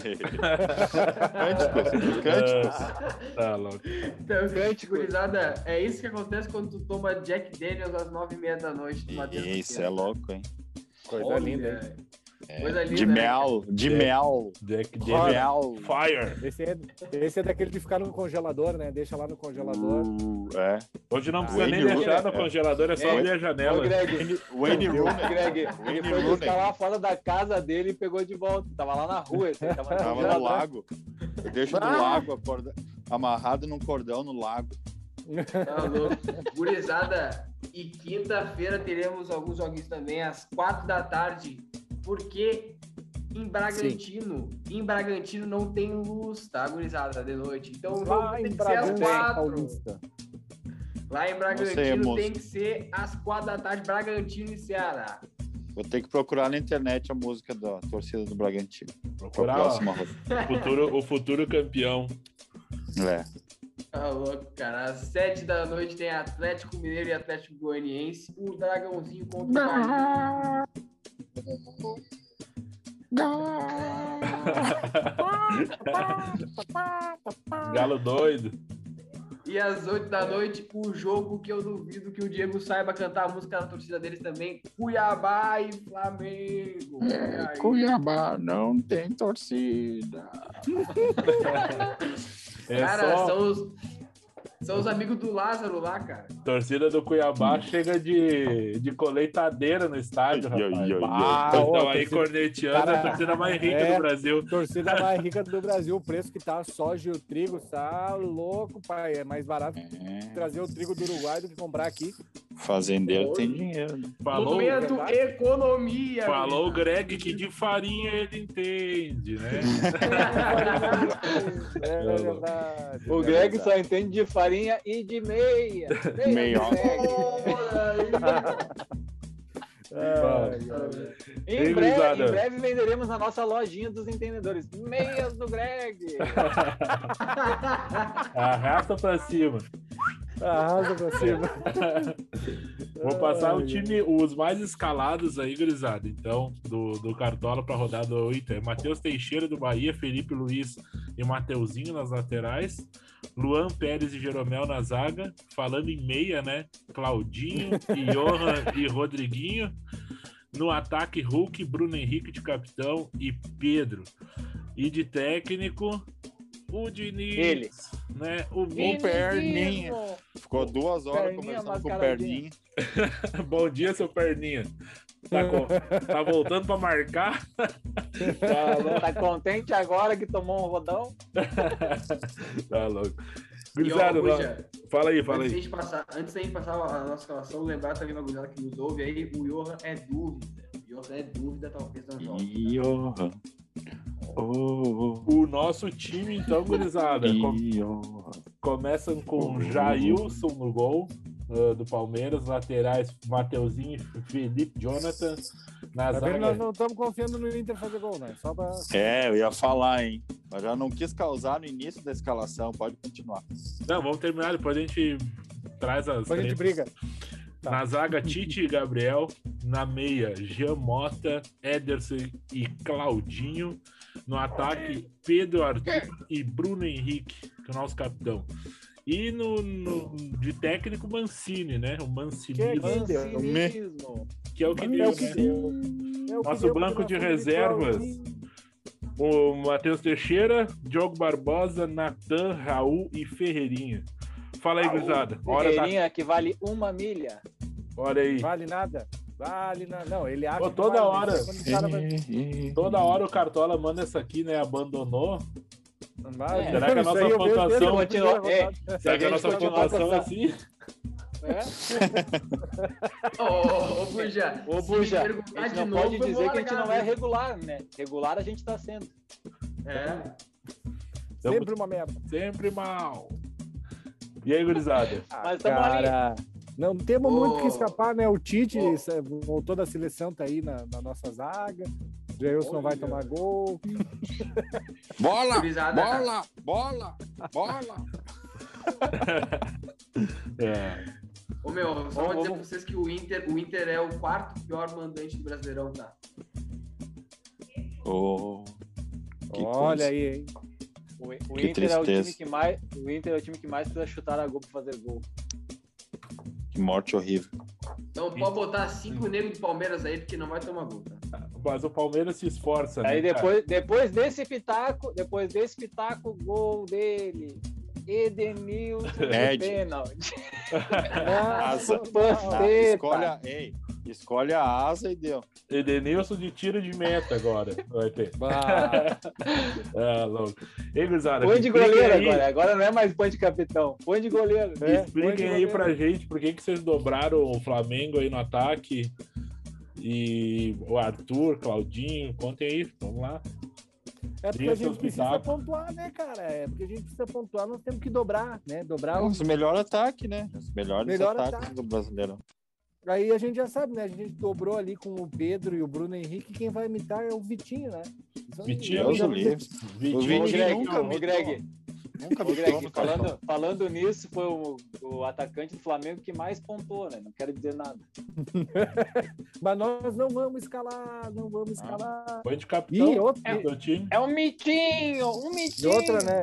E: Cânticos, cânticos.
D: Tá louco.
B: então, gurizada, é isso que acontece quando tu toma Jack Daniels às nove e meia da noite. numa
E: Isso
B: terça-feira.
E: é louco, hein?
C: Coisa
B: Olha,
C: linda, hein?
E: É,
B: Coisa linda,
E: de
B: né?
E: mel, de
D: É.
E: mel,
D: Jack
E: de
D: Daniels.
E: mel.
D: Fire!
C: Esse é, esse é daquele de ficar no congelador, né? Deixa lá no congelador.
E: Uh, é.
D: Hoje não precisa
E: Wayne
D: nem deixar
E: Rooney,
D: no
E: é.
D: congelador, é só
F: É.
D: abrir a
F: Ô,
D: janela.
F: Greg,
E: Wayne Rooney.
F: Greg, ele
E: Wayne
F: foi
E: Rooney.
F: buscar lá fora da casa dele e pegou de volta. Tava lá na rua, esse aí tava,
E: Tava no lago. Eu deixo do lago acorda- amarrado num cordão no lago.
B: Tá louco. Gurizada, e quinta-feira teremos alguns joguinhos também às quatro da tarde, porque em Bragantino, em Bragantino não tem luz, tá, gurizada, de noite. Então o jogo
C: Lá
B: tem
C: em
B: que ser às
C: Bragança
B: quatro.
C: Paulista.
B: Lá em
E: Não sei,
B: Bragantino
E: moço.
B: tem que ser às quatro da tarde, Bragantino e Ceará.
E: Vou ter que procurar na internet a música da torcida do Bragantino. Pra
D: Procurar ó,
E: próxima rodada.
D: o futuro, o futuro campeão.
E: É.
B: Tá louco, cara. Às sete da noite tem Atlético Mineiro e Atlético Goianiense. O Dragãozinho contra o Bahia.
D: Galo doido.
B: E às oito da noite, o jogo que eu duvido que o Diego saiba cantar a música da torcida deles também. Cuiabá e Flamengo. E aí?
E: Cuiabá não tem torcida.
D: É
B: Cara,
D: só,
B: são os, São os amigos do Lázaro lá, cara.
D: Torcida do Cuiabá chega de, de colheitadeira no estádio,
E: Ai, ai,
D: rapaz.
E: ai,
C: Ah,
D: Então
C: ó,
D: aí
C: torcida-
D: corneteando
C: cara,
D: a torcida mais rica
C: é.
D: do Brasil.
C: Torcida mais rica do Brasil, o preço que tá a soja e o trigo, tá louco, pai. É mais barato
E: É,
C: trazer o trigo do Uruguai do que comprar aqui.
E: fazendeiro tem dinheiro, né?
D: Falou,
B: Momento
C: verdade.
B: economia.
D: falou o
B: gurizada.
D: Greg que de farinha ele entende, né?
C: É verdade.
F: O
C: é
F: Greg
C: verdade.
F: só entende de farinha e de meia.
E: Meia.
F: do Greg.
C: Ai, ai,
F: Em
D: Ei,
F: breve,
D: gurizada.
F: em breve venderemos na nossa lojinha dos entendedores. Meias do Greg.
D: Arrasta pra cima.
C: ai. Arrasa pra cima.
D: Vou passar o
C: Ai,
D: time, os mais escalados aí, gurizada. Então, do, do Cartola para a rodada oito é Matheus Teixeira do Bahia, Felipe Luiz e Mateuzinho nas laterais, Luan Pérez e Jeromel na zaga. Falando em meia, né? Claudinho, Johan e Rodriguinho. No ataque, Hulk, Bruno Henrique de capitão e Pedro. E de técnico, o Diniz.
F: Ele.
D: Né? O
E: O
D: Vini.
E: Perninha. Ficou duas horas
F: Perninha
E: conversando com o
F: mascaradinha.
E: Perninha.
D: Bom dia, seu perninha. Tá, co- tá voltando pra marcar?
F: Tá, tá contente agora que tomou um rodão?
D: Tá louco.
B: E, ó,
D: Gurizada,
B: Buja,
D: fala aí, fala
B: antes,
D: aí.
B: de passar, antes da gente passar a nossa escalação, lembrar também uma gurizada que nos ouve aí, o Johan é dúvida. O Johan é dúvida, talvez não jogue.
E: Johan. Oh,
D: O nosso time, então, gurizada, com-
E: Johan.
D: começam com Jailson no gol uh, do Palmeiras, laterais Mateuzinho e Felipe Jonathan. Na
C: Tá vendo? Nós
D: zaga,
C: não estamos confiando no Inter fazer gol, né? Só pra.
E: É, eu ia falar, hein? Mas já não quis causar no início da escalação. Pode continuar.
D: não, vamos terminar, depois a gente traz as
C: Depois a gente
D: tretas.
C: briga. Tá.
D: Na zaga, Tite e Gabriel. Na meia, Jean Mota, Ederson e Claudinho. No ataque, Pedro Arthur e Bruno Henrique, que é o nosso capitão. E no, no- de técnico, Mancini, né? O Mancini,
C: Que que
D: que,
C: deu?
F: Mancinismo.
D: é o que
C: É
D: deu,
C: o que
D: né?
C: deu. É o que
D: Nosso
C: deu,
D: banco
C: porque
D: de
C: nós fomos
D: reservas.
C: Claudinho.
D: O Matheus Teixeira, Diogo Barbosa, Natan, Raul e Ferreirinha. Fala aí, gurizada. Hora da...
F: Ferreirinha que vale uma milha.
D: Olha aí.
C: Vale nada. Vale nada. Não, ele acha
D: Pô,
C: que
D: toda
C: vale,
D: hora.
C: mas quando o cara vai-
D: Toda hora o Cartola manda essa aqui, né? Abandonou.
C: Não vai.
F: É.
D: Será que a
C: Isso
D: nossa
C: aí eu vejo
D: pontuação-
C: desde a
F: Continua-
C: primeira
F: é.
C: rodada.
D: Será que a
F: a gente
D: nossa
F: continuar
D: pontuação
F: com
D: é
F: essa-
D: assim?
F: É?
B: Ô, ô, ô, Buja,
F: Ô,
B: se
F: Buja,
B: me perguntar
F: a gente
B: de
F: não
B: novo,
F: pode
B: eu vou
F: dizer que a gente
B: largar,
F: não é
B: viu?
F: regular, né? Regular a gente tá sendo.
B: É.
C: Sempre uma merda.
D: Sempre mal. E aí, gurizada?
F: Mas tamo ali.
C: Cara, não temos
B: Ô.
C: muito o que escapar, né? O Tite
B: Ô.
C: sa- voltou da seleção, tá aí na, na nossa zaga. O Jailson não vai
B: Olha.
C: tomar gol.
E: Bola!
B: Gurizada,
E: Bola! Bola! Bola!
D: É.
B: Ô, meu, só
F: Vamos,
B: vou dizer
F: vamos.
B: pra vocês que o Inter, o Inter é o quarto pior mandante do Brasileirão, tá?
E: Oh, que
C: Olha
E: coisa.
C: aí, hein?
F: O, o
E: Que
F: Inter é o
E: tristeza.
F: time que mais, o Inter é o time que mais precisa chutar a gol pra fazer gol.
E: Que morte horrível.
B: Então pode botar cinco negros do Palmeiras aí, porque não vai tomar gol, tá?
D: Mas o Palmeiras se esforça, né?
F: Aí
D: cara?
F: depois, depois desse pitaco, depois desse pitaco, gol dele. Edenilson de
E: Ed.
F: pênalti.
E: Asa. Ah,
F: Panceta.
E: escolhe, a, ei, escolhe a asa e deu.
D: Edenilson de tiro de meta agora. Vai ter.
C: Bah,
D: Ah, louco. Ei, gurizada,
F: Põe de
D: expliquem
F: goleiro
D: aí-
F: agora. Agora não é mais põe de capitão. Põe de goleiro.
C: É, põe de
D: Expliquem aí
C: goleiro.
D: pra gente por que, que vocês dobraram o Flamengo aí no ataque. E o Arthur, Claudinho, contem aí, vamos lá.
C: é porque
D: Cria
C: a
D: seus
C: gente precisa
D: pitacos.
C: pontuar, né, cara? É porque a gente precisa pontuar, nós temos que dobrar, né? Dobrar.
E: Os melhores ataques, né? Os melhores
C: Melhor
E: ataques
C: ataque.
E: do Brasileirão.
C: Aí a gente já sabe, né? A gente dobrou ali com o Pedro e o Bruno Henrique. Quem vai imitar é o Vitinho, né? Isso aí,
D: Vitinho,
C: eu
E: Deus
C: já-
E: o livre.
D: Vitinho,
E: O
F: Ô,
E: Vitinho
F: Greg,
E: nunca
F: ô,
E: me
F: Greg,
E: Nunca
F: ô,
E: me
F: Greg,
E: no
F: falando, falando nisso, foi o, o atacante do Flamengo que mais pontuou, né? Não quero dizer nada.
C: Mas nós não vamos escalar, não vamos escalar.
D: põe de capitão
C: E outra,
D: do time.
F: É um mitinho, um
C: e
F: mitinho.
C: outra, né?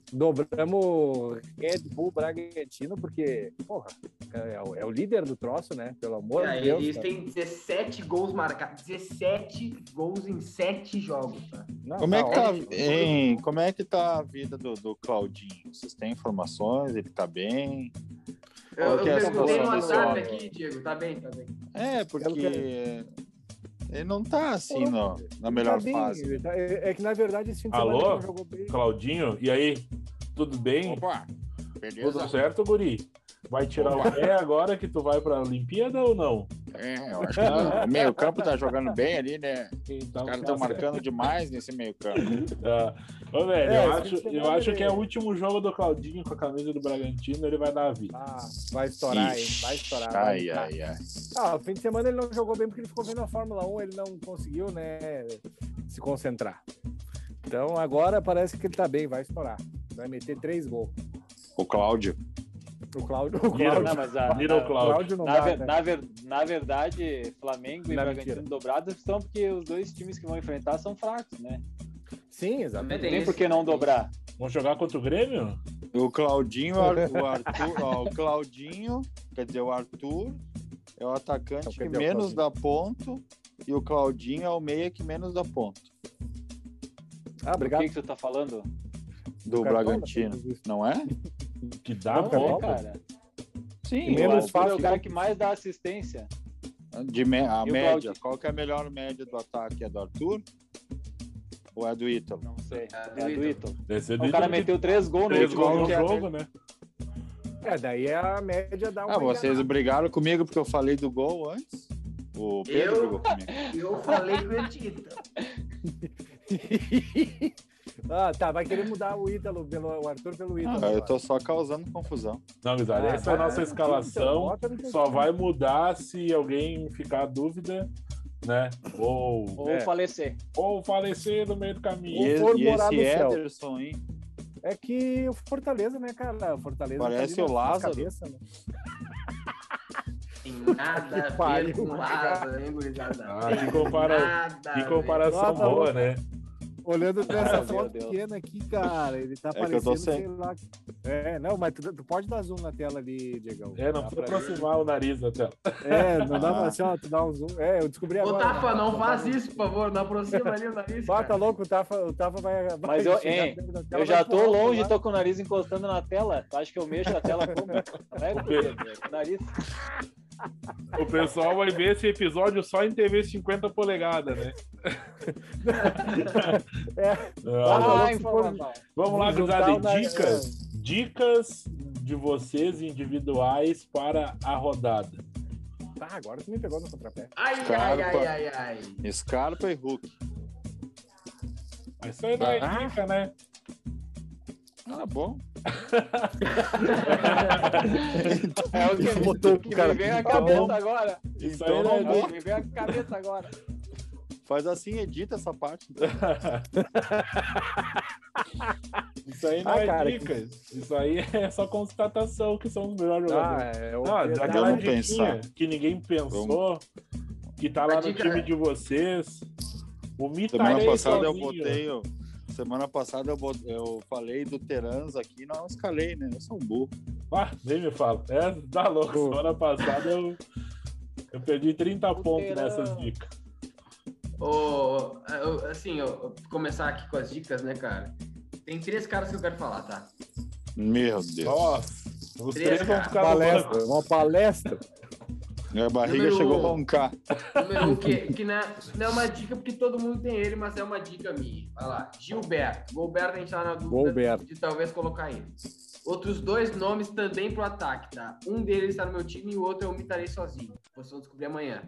C: Dobramos Red Bull Bragantino, porque, porra, é, o- é o líder do troço, né? Pelo amor
B: É,
C: de Deus.
B: eles
C: cara.
B: têm dezessete gols marcados, dezessete gols em sete jogos, tá?
C: Não,
E: Como é que tá,
C: ótimo.
E: hein, como é que tá a vida do, do Claudinho? Vocês têm informações? Ele tá bem?
B: Eu,
E: Qual que é a
B: eu perguntei no
E: situação desse
B: WhatsApp
E: homem?
B: aqui, Diego, tá bem, tá bem.
E: É, porque
C: Pelo
E: ele não tá assim
C: Pô,
E: no, na
C: Ele
E: melhor
C: tá bem,
E: fase.
C: ele tá- é, é que, na verdade, esse fim de
D: Alô?
C: semana ele não jogou bem.
D: Claudinho, e aí? Tudo bem?
E: Opa,
D: Tudo
E: beleza?
D: certo, guri? Vai tirar o pé agora que tu vai pra Olimpíada ou não?
E: É, eu acho que o meio campo tá jogando bem ali, né?
D: Então,
E: Os caras estão marcando demais nesse meio campo.
D: Tá. Ô, velho,
C: É,
D: eu
C: esse
D: acho,
C: fim de
D: eu
C: semana
D: acho que é
C: ele-
D: o último jogo do Claudinho com a camisa do Bragantino, ele vai dar a vida.
C: Ah, vai estourar, hein? Vai estourar. vai
E: Ai,
C: entrar.
E: ai, ai.
C: Ah, o fim de semana ele não jogou bem porque ele ficou vendo a Fórmula um, ele não conseguiu, né, se concentrar. Então agora parece que ele tá bem, vai estourar. Vai meter três gols.
E: O Cláudio.
C: O Cláudio, o
D: Vira,
C: Cláudio,
F: Não, mas a,
D: Vira o
F: na,
D: Cláudio.
C: Cláudio não
F: na,
C: dá,
F: ver-
C: né?
F: na, ver- na verdade, Flamengo e
C: Não,
F: Bragantino
C: mentira.
F: dobrados estão porque os dois times que vão enfrentar são fracos, né?
C: Sim, exatamente.
B: Tem
F: Tem
B: esse-
F: por que não dobrar.
D: Vamos jogar contra o Grêmio?
E: O Claudinho, o Arthur, ó, o Claudinho, quer dizer, o Arthur é o atacante
C: Então, quer
E: que
C: dizer, o
E: menos
C: Claudinho.
E: dá ponto e o Claudinho é o meia que menos dá ponto
C: Ah,
F: O
C: obrigado.
F: que, que você tá falando?
E: do
C: Cartola,
E: Bragantino,
C: pelo visto.
E: não é?
D: Que dá
C: Não,
F: Não
C: tá
F: é,
C: bom,
F: cara.
E: Sim,
F: O
C: menos
F: Arthur é
C: fácil.
F: o cara que mais dá assistência.
E: de me- a
F: E o
E: média.
F: Claudinho?
E: Qual que é a melhor média do ataque? É do Arthur ou é do Ítalo?
F: Não sei.
B: É,
F: É do Ítalo.
D: Deve ser
F: O
D: do
F: cara
D: Ítalo que
F: meteu três gols no
D: três
F: último
D: gols
F: jogo.
D: no
F: que é a
D: jogo, né?
C: É, daí a média dá uma
E: Ah, vocês
C: enganada.
E: brigaram comigo porque eu falei do gol antes? O Pedro
B: Eu?
E: brigou comigo.
B: Eu falei com o Tita.
C: Ah, tá, vai querer mudar o Ítalo, pelo, o Arthur pelo Ítalo.
E: Ah, eu
C: agora.
E: tô só causando confusão.
D: Não, Guizada,
C: Ah,
D: essa é a
C: vai,
D: nossa
C: então,
D: escalação.
C: bota no teu
D: Só
C: time.
D: vai mudar se alguém ficar dúvida, né? Ou,
F: Ou
C: É.
F: falecer.
D: ou falecer no meio do caminho.
E: E,
C: for
E: e
C: morar
E: esse
C: no céu.
E: Ederson, hein?
C: É que o Fortaleza, né, cara? O Fortaleza
E: Parece
C: tá ali
E: o
C: na- na
E: Lázaro.
C: cabeça, né?
B: Tem nada a ver
C: pariu,
B: com
C: cara.
B: Lázaro, hein, gurizada?
D: Ah, que compara-
B: Nada a
D: Que
B: ver.
D: comparação
C: Nada
D: boa,
C: louco.
D: né?
C: Olhando pra essa
F: Meu
C: foto
F: Deus.
C: pequena aqui, cara, ele tá
E: que eu tô
C: parecendo,
E: sem.
C: sei lá. É, não, mas tu, tu pode dar zoom na tela ali, Diegão.
D: É, não
C: Dá
D: precisa
C: pra-
D: aproximar o nariz da tela.
C: É, não dá
E: Ah.
C: pra assim, ó, tu dá um zoom. É, eu descobri
B: Ô,
C: agora.
B: Tafa,
C: né?
B: não faz isso, por favor. Não aproxima ali o nariz.
C: Bata
B: cara.
C: louco, o Tafa, o Tafa vai. vai
F: Mas eu-
C: chegar
F: hein,
C: perto da tela,
F: Eu
C: vai
F: já tô
C: empurrar o
F: longe,
C: celular.
F: tô com o nariz encostando na tela. Tu acha que eu mexo a tela como? Não é com o dedo, é com o nariz.
D: O pessoal vai ver esse episódio só em T V cinquenta polegadas, né?
C: É.
D: Ah,
C: louco,
F: Ah,
C: se
F: informação.
D: vamos lá,
C: Juntar
D: gurizada.
C: o na-
D: Dicas. Dicas de vocês individuais para a rodada.
C: Tá, agora tu me pegou no contrapé.
B: Ai, ai,
E: Scarpa.
B: ai, ai, ai.
E: Scarpa e Hulk.
D: Isso aí não é
C: Ah.
D: dica, né?
E: Ah, bom.
F: É o que,
C: Botou o
F: que
C: cara-
F: me veio a
C: Tá
F: cabeça
C: bom.
F: agora.
D: Isso
E: Então
D: aí
E: não
D: não é
F: É o
D: dica.
F: que me veio a cabeça agora.
E: Faz assim, edita essa parte. então.
D: Isso aí não
C: Ah,
D: é
C: cara,
D: dica. Isso aí é só constatação que são os melhores jogadores.
C: Ah, é o
D: Ah,
C: verdade.
D: aquela
E: Vamos
D: diquinha
E: pensar.
D: que ninguém pensou, que tá lá
B: A
D: no
B: dica
D: time
B: é-
D: de vocês. O
E: Semana
D: Mitarei
E: passada eu
D: sozinho.
E: botei. o- Semana passada eu, bot- eu falei do Terans aqui, não escalei, né? Eu sou um burro.
D: Ah, nem me fala. É, tá louco.
C: Pô.
D: Semana passada eu, eu perdi trinta pontos
F: Puteirão.
D: nessas dicas.
B: Ô, eu- assim, eu, eu vou começar aqui com as dicas, né, cara? Tem três caras que eu quero falar, tá?
E: Meu Deus.
D: Nossa, os
B: Três,
D: três vão
B: cara.
D: ficar no
C: Palestra,
D: banco.
C: uma palestra.
E: Minha barriga
B: Número
E: chegou a
B: um.
E: roncar.
B: Número um, que, que não, é, não é uma dica porque todo mundo tem ele, mas é uma dica minha. Vai lá. Gilberto. Gilberto a gente tá na dúvida
C: Gilberto.
B: de talvez colocar ele. Outros dois nomes também pro ataque, tá? Um deles tá no meu time e o outro eu mitarei sozinho. Vocês vão descobrir amanhã.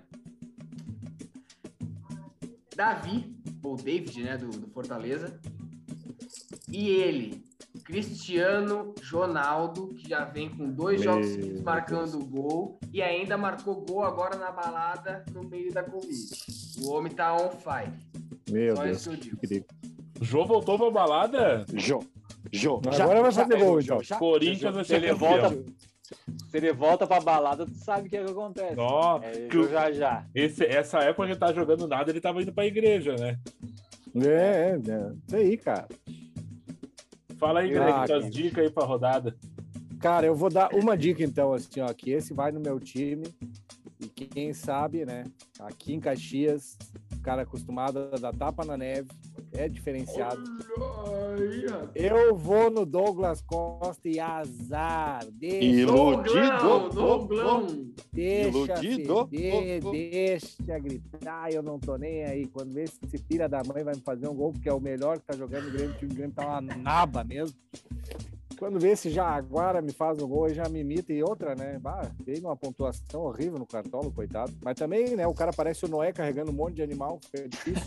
B: Davi, ou David, né, do, do Fortaleza. E ele, Cristiano Ronaldo, que já vem com dois
C: Meu
B: jogos seguidos
C: Deus.
B: marcando gol e ainda marcou gol agora na balada no meio da Covid. O homem tá on fire.
C: Meu
B: Só
C: Deus,
B: isso que eu digo.
C: que perigo.
D: O Jô voltou pra balada?
E: Jô. Jô.
C: Agora vai fazer gol, então.
D: Corinthians vai
F: Se
D: ser
F: ele
D: campeão.
F: volta, se ele volta pra balada, tu sabe o que, é que acontece.
D: Nossa,
F: É,
D: que o-
F: já já.
D: esse, essa época que ele tá jogando nada, ele tava indo pra igreja, né?
C: É, é, é. Isso aí, cara.
D: Fala aí, Greg,
C: Ah,
D: tuas
C: cara.
D: dicas aí pra rodada.
C: Cara, eu vou dar uma dica então, assim, ó, que esse vai no meu time e quem sabe, né, aqui em Caxias, o cara acostumado a dar tapa na neve, é diferenciado. Eu vou no Douglas Costa e azar, deixa,
E: Iludido.
B: Douglão!
C: deixa
E: Iludido.
C: feder,
E: Oh, oh.
C: deixa gritar, eu não tô nem aí. Quando vê esse filho da mãe vai me fazer um gol, porque é o melhor que tá jogando no Grêmio, o time do Grêmio tá uma naba mesmo. Quando vê esse Jaguara me faz o gol, ele já me imita. E outra, né? Bah, veio uma pontuação horrível no Cartola, coitado. Mas também, né? O cara parece o Noé carregando um monte de animal, fica difícil.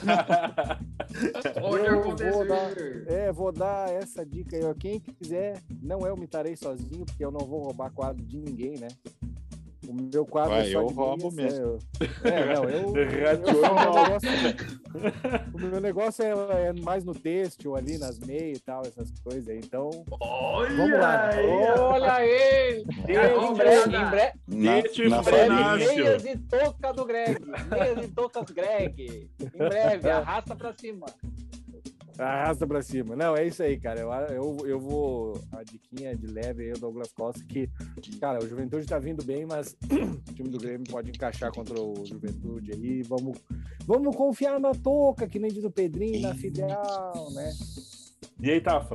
B: Pode
C: Eu
B: acontecer.
C: vou dar, é, vou dar essa dica aí, ó. Quem quiser, não eu me tarei sozinho, porque eu não vou roubar quadro de ninguém, né? O meu quadro
E: Vai,
C: é só
E: eu
C: de
E: roubo
C: minhas,
E: mesmo.
C: É, eu, é, não, eu, eu,
D: Rateou
C: o, meu
D: mal.
C: negócio, o meu negócio é, é mais no têxtil, ali nas meias e tal, essas coisas aí. Então,
B: Olha
C: vamos lá.
B: aí,
F: Olha ele! Em breve, em breve,
E: Na,
D: Deixa
E: na
D: eu
F: em breve,
D: Inácio.
E: família.
F: meias e touca do Greg. Meias e toucas Greg. Em breve, arrasta pra cima.
C: arrasta pra cima. Não, é isso aí, cara. Eu, eu, eu vou. A diquinha de leve aí, o Douglas Costa, que, cara, o Juventude tá vindo bem, mas o time do Grêmio pode encaixar contra o Juventude aí. Vamos, vamos confiar na touca, que nem diz o Pedrinho, na Fidel, né?
D: E aí, Tafa?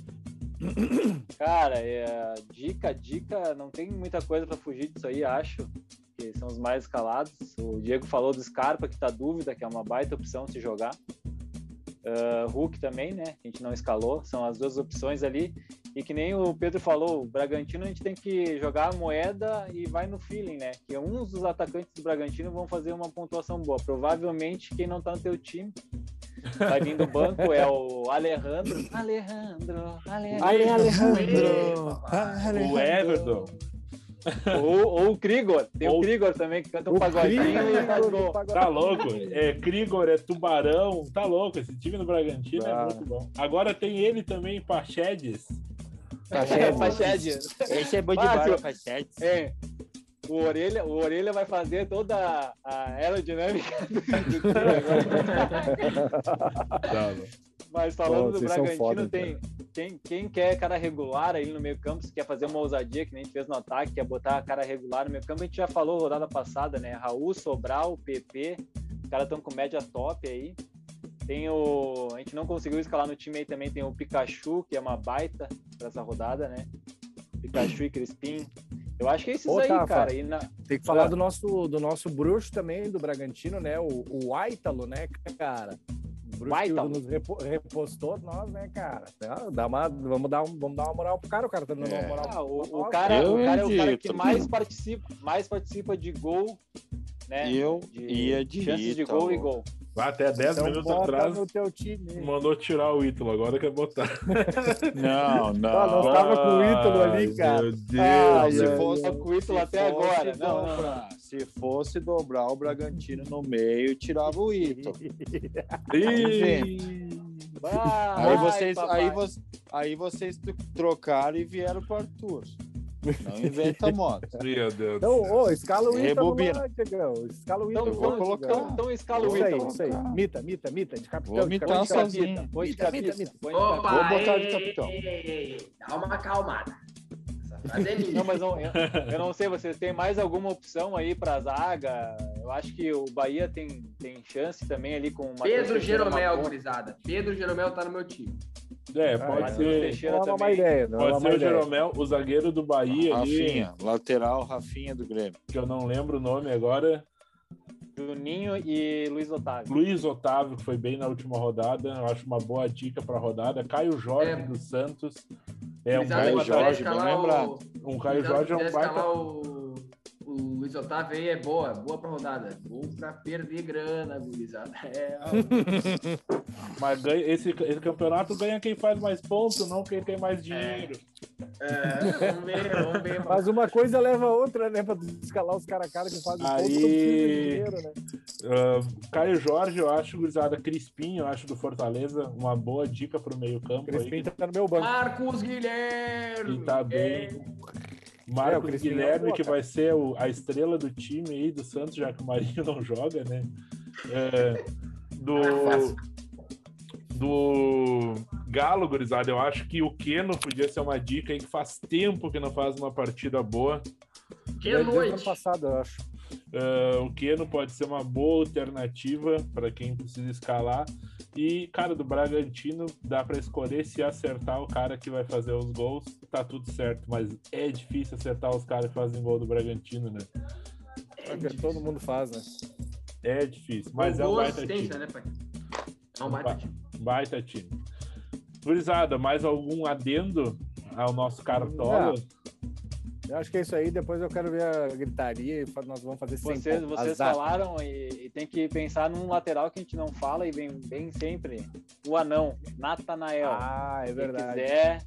F: Cara, é, dica, dica, não tem muita coisa pra fugir disso aí, acho. Que são os mais escalados. O Diego falou do Scarpa, que tá dúvida, que é uma baita opção se jogar. Uh, Hulk também, né? Que a gente não escalou. São as duas opções ali. E que nem o Pedro falou, o Bragantino a gente tem que jogar a moeda e vai no feeling, né? Que uns dos atacantes do Bragantino vão fazer uma pontuação boa. Provavelmente quem não tá no teu time vai vir do banco é o Alejandro. Alejandro, Alejandro.
C: Ale, Alejandro.
D: O Everton.
F: Ou, ou o Krigor. Tem
D: Ou-
F: o Krigor também, que canta um
C: O
F: pagodinho e faz
C: Krigor
F: gol.
C: do pagode.
D: Tá louco? É Krigor, é Tubarão. Tá louco. Esse time do Bragantino é
C: Ah.
D: muito bom. Agora tem ele também, Pachedes.
F: É, Pachede.
E: Esse é bom de
F: Fácil.
E: bola, Pachete.
F: É. O Orelha, o Orelha vai fazer toda a- a aerodinâmica do time agora.
D: Tá,
F: Mas falando
C: Pô,
F: do
C: vocês são
F: Bragantino,
C: foda,
F: tem quem, quem quer cara regular aí no meio campo, se quer fazer uma ousadia que nem a gente fez no ataque, quer botar a cara regular no meio campo, a gente já falou rodada passada, né? Raul, Sobral, P P, os caras estão com média top aí. Tem o... A gente não conseguiu escalar no time aí também, tem o Pikachu, que é uma baita pra essa rodada, né? Pikachu e Crispim. Eu acho que é esses
C: Ô,
F: aí,
C: Tafa,
F: cara. E na...
C: Tem que falar do nosso, do nosso bruxo também, do Bragantino, né? O, o Aítalo, né, cara? O bruxo que
F: Aítalo.
C: nos repo- repostou nós, né, cara? Dá uma, vamos, dar um, vamos dar uma moral pro cara, o cara tá dando
E: É.
C: uma moral
F: Ah, o,
C: pra
F: o
C: nós.
F: cara,
E: Eu
F: o cara é o cara que
E: edito.
F: mais participa, mais participa de gol, né?
E: Eu
F: de
E: ia de
F: chances de
E: Ítalo.
F: gol e gol.
D: Vai até dez
C: Então
D: minutos
C: bota
D: atrás,
C: no teu time.
D: mandou tirar o Ítalo. Agora quer botar.
E: Não, não.
C: Ah, nós tava com o Ítalo ali, cara.
D: Meu Deus.
C: Ai,
E: se
C: ai,
E: fosse,
F: Só com o Ítalo
E: se
F: até
E: fosse
F: agora. Não, não,
E: dobrar, se fosse dobrar o Bragantino no meio, tirava o Ítalo.
D: Ih,
F: Vai,
E: Aí vocês,
F: papai.
E: aí, vocês, aí vocês trocaram e vieram pro Arthur. Não inventa moto.
D: Meu Deus.
C: Então, ô, escala o Ítalo
E: Rebobina.
C: lá, Tiagão. Escala o
F: Então,
C: Ítalo.
E: vou
C: lá,
E: colocar.
C: Tiagão.
F: Então escala o
C: Isso aí,
F: Ítalo.
C: isso aí. Mita, mita, mita, de capitão.
E: Vou
C: de
E: mitar
C: capitão.
E: sozinho.
F: Põe de
C: Mita, mita,
F: capita.
C: mita.
F: Põe de
B: Opa,
F: capita.
E: Vou botar de
B: ei,
E: capitão.
B: ei, ei, ei, dá uma acalmada. Essa frase é minha.
F: Não, mas não, eu, eu não sei, vocês têm mais alguma opção aí pra zaga? Eu acho que o Bahia tem, tem chance também ali com o Matheus
B: Pedro
F: Teixeira, uma
B: Jeromel,
F: boa.
B: gurizada. Pedro Jeromel tá no meu time.
D: É, pode
C: Ah,
F: Matheus
D: ser.
F: Teixeira
C: Não é uma má
F: também.
C: ideia, não é
D: Pode
C: uma
D: ser
C: má
D: o
C: ideia.
D: Jeromel, o zagueiro do Bahia ali,
E: Rafinha, lateral Rafinha do Grêmio.
D: que eu não lembro o nome agora.
F: Juninho e Luiz Otávio.
D: Luiz Otávio, que foi bem na última rodada. Eu acho uma boa dica para a rodada. Caio Jorge
B: É.
D: dos Santos. É um
B: Gurizada,
E: Caio
D: bom
B: se quiser
E: Jorge,
D: ataque.
E: bem
B: escalar
E: lembrado.
B: o-
D: Um Caio
B: Gurizada,
D: Jorge
B: se
D: é um
B: quiser
D: baita.
B: escalar o, o Luiz Otávio aí é boa, boa pra rodada. Bom pra perder grana, gurizada. É,
D: Mas ganha, esse, esse campeonato ganha quem faz mais pontos, não quem tem mais dinheiro.
B: é, vamos ver, vamos ver.
C: Mas uma coisa leva a outra, né? Pra tu escalar os caras cara que fazem
D: Aí-
C: ponto, não precisa de dinheiro, né?
D: Ah, Caio Jorge, eu acho, gurizada. Crispim, eu acho, do Fortaleza. Uma boa dica pro meio campo aí.
C: Crispim tá no meu banco.
B: Marcos Guilherme.
D: E tá bem.
B: É,
C: É, o
D: Marcos
C: Crispim é uma
D: Guilherme,
C: boa,
D: que
C: cara.
D: vai ser o- a estrela do time aí do Santos, já que o Marinho não joga, né? É, do, do Galo, gurizada, eu acho que o Keno podia ser uma dica aí que faz tempo que não faz uma partida boa.
B: Que
C: Desde o ano
B: noite!
C: passado, eu acho.
D: Uh, o Keno pode ser uma boa alternativa para quem precisa escalar. E, cara, do Bragantino dá para escolher se acertar o cara que vai fazer os gols, tá tudo certo. Mas é difícil acertar os caras que fazem gol do Bragantino, né?
C: É que todo mundo faz, né?
D: É difícil, mas é um
B: boa
D: baita
B: assistência,
D: time.
B: né, pai? É um baita time.
D: Baita time. Gurizada, mais algum adendo ao nosso Cartola?
C: Eu acho que é isso aí. Depois eu quero ver a gritaria e nós vamos fazer cem
F: Vocês,
C: pontos.
F: vocês
C: Azar.
F: falaram e, e tem que pensar num lateral que a gente não fala e vem bem sempre. O anão, Natanael.
C: Ah, é
F: Se
C: verdade.
F: quiser,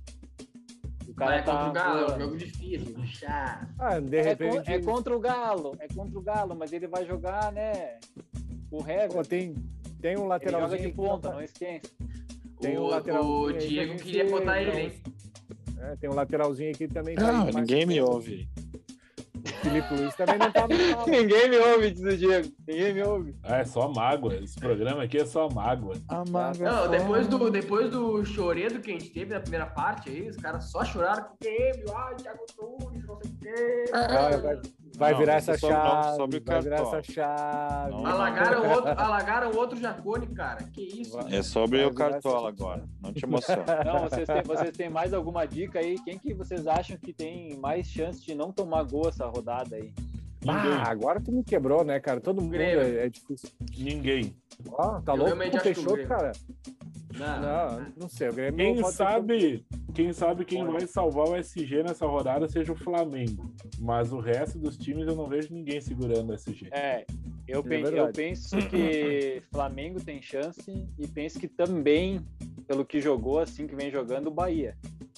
F: o cara
B: Mas é contra
F: tá
B: o Galo, é um
F: voando.
B: jogo difícil, chato.
C: Ah, de
F: É,
C: repente.
F: con- é contra o Galo, é contra o Galo, mas ele vai jogar, né? O
C: Pô,
F: Hever.
C: tem, tem um
F: Ele
C: lateralzinho.
F: joga de
C: que
F: ponta,
C: tá-
F: não esquece.
C: Tem um
B: o,
C: lateralzinho
B: o
C: aí que a
B: Diego
C: gente
B: queria botar
C: não-
B: ele, hein?
C: É, tem um lateralzinho aqui também. tá
E: Não,
C: aí,
E: ninguém me
C: mas-
E: ouve.
C: Felipe Luiz também não tá mal.
F: Ninguém me ouve, diz o Diego. Ninguém me ouve.
D: Ah, é só mágoa. Esse programa aqui é só mágoa.
B: Não, depois do, depois do choredo que a gente teve na primeira parte aí, os caras só choraram com o Grêmio, ai, Thiago Nunes, não sei o quê.
C: Vai, vai, vai
E: Não,
C: virar
E: esse
C: essa
E: é sobre- não,
C: chave.
E: sobre o
C: vai virar
E: Cartola.
C: essa chave.
E: Não,
B: Alagaram outro, alagaram outro Jacone, cara. Que isso?
C: Vai.
E: É sobre
C: Vai
E: o
C: virar
E: Cartola
C: essa-
E: agora. Não te emociona.
F: Não, vocês têm, vocês têm mais alguma dica aí? Quem que vocês acham que tem mais chance de não tomar gol essa rodada aí?
D: Ninguém.
C: Ah, agora tu me quebrou, né, cara? Todo mundo
B: Grêmio.
C: é, é difícil.
D: Ninguém.
C: Ó, tá
B: Eu
C: louco
B: realmente
C: com o
B: acho que o
C: Peixoto,
B: Grêmio.
C: cara?
B: Não,
C: Não, não sei. O Grêmio
D: Quem
C: pode ser
D: sabe, quem sabe quem
C: Pode.
D: vai salvar o S G nessa rodada seja o Flamengo. Mas o resto dos times eu não vejo ninguém segurando o S G.
F: É, eu,
C: É
F: pen-
C: verdade.
F: eu penso que Flamengo tem chance e penso que também, pelo que jogou, assim que vem jogando, o Bahia.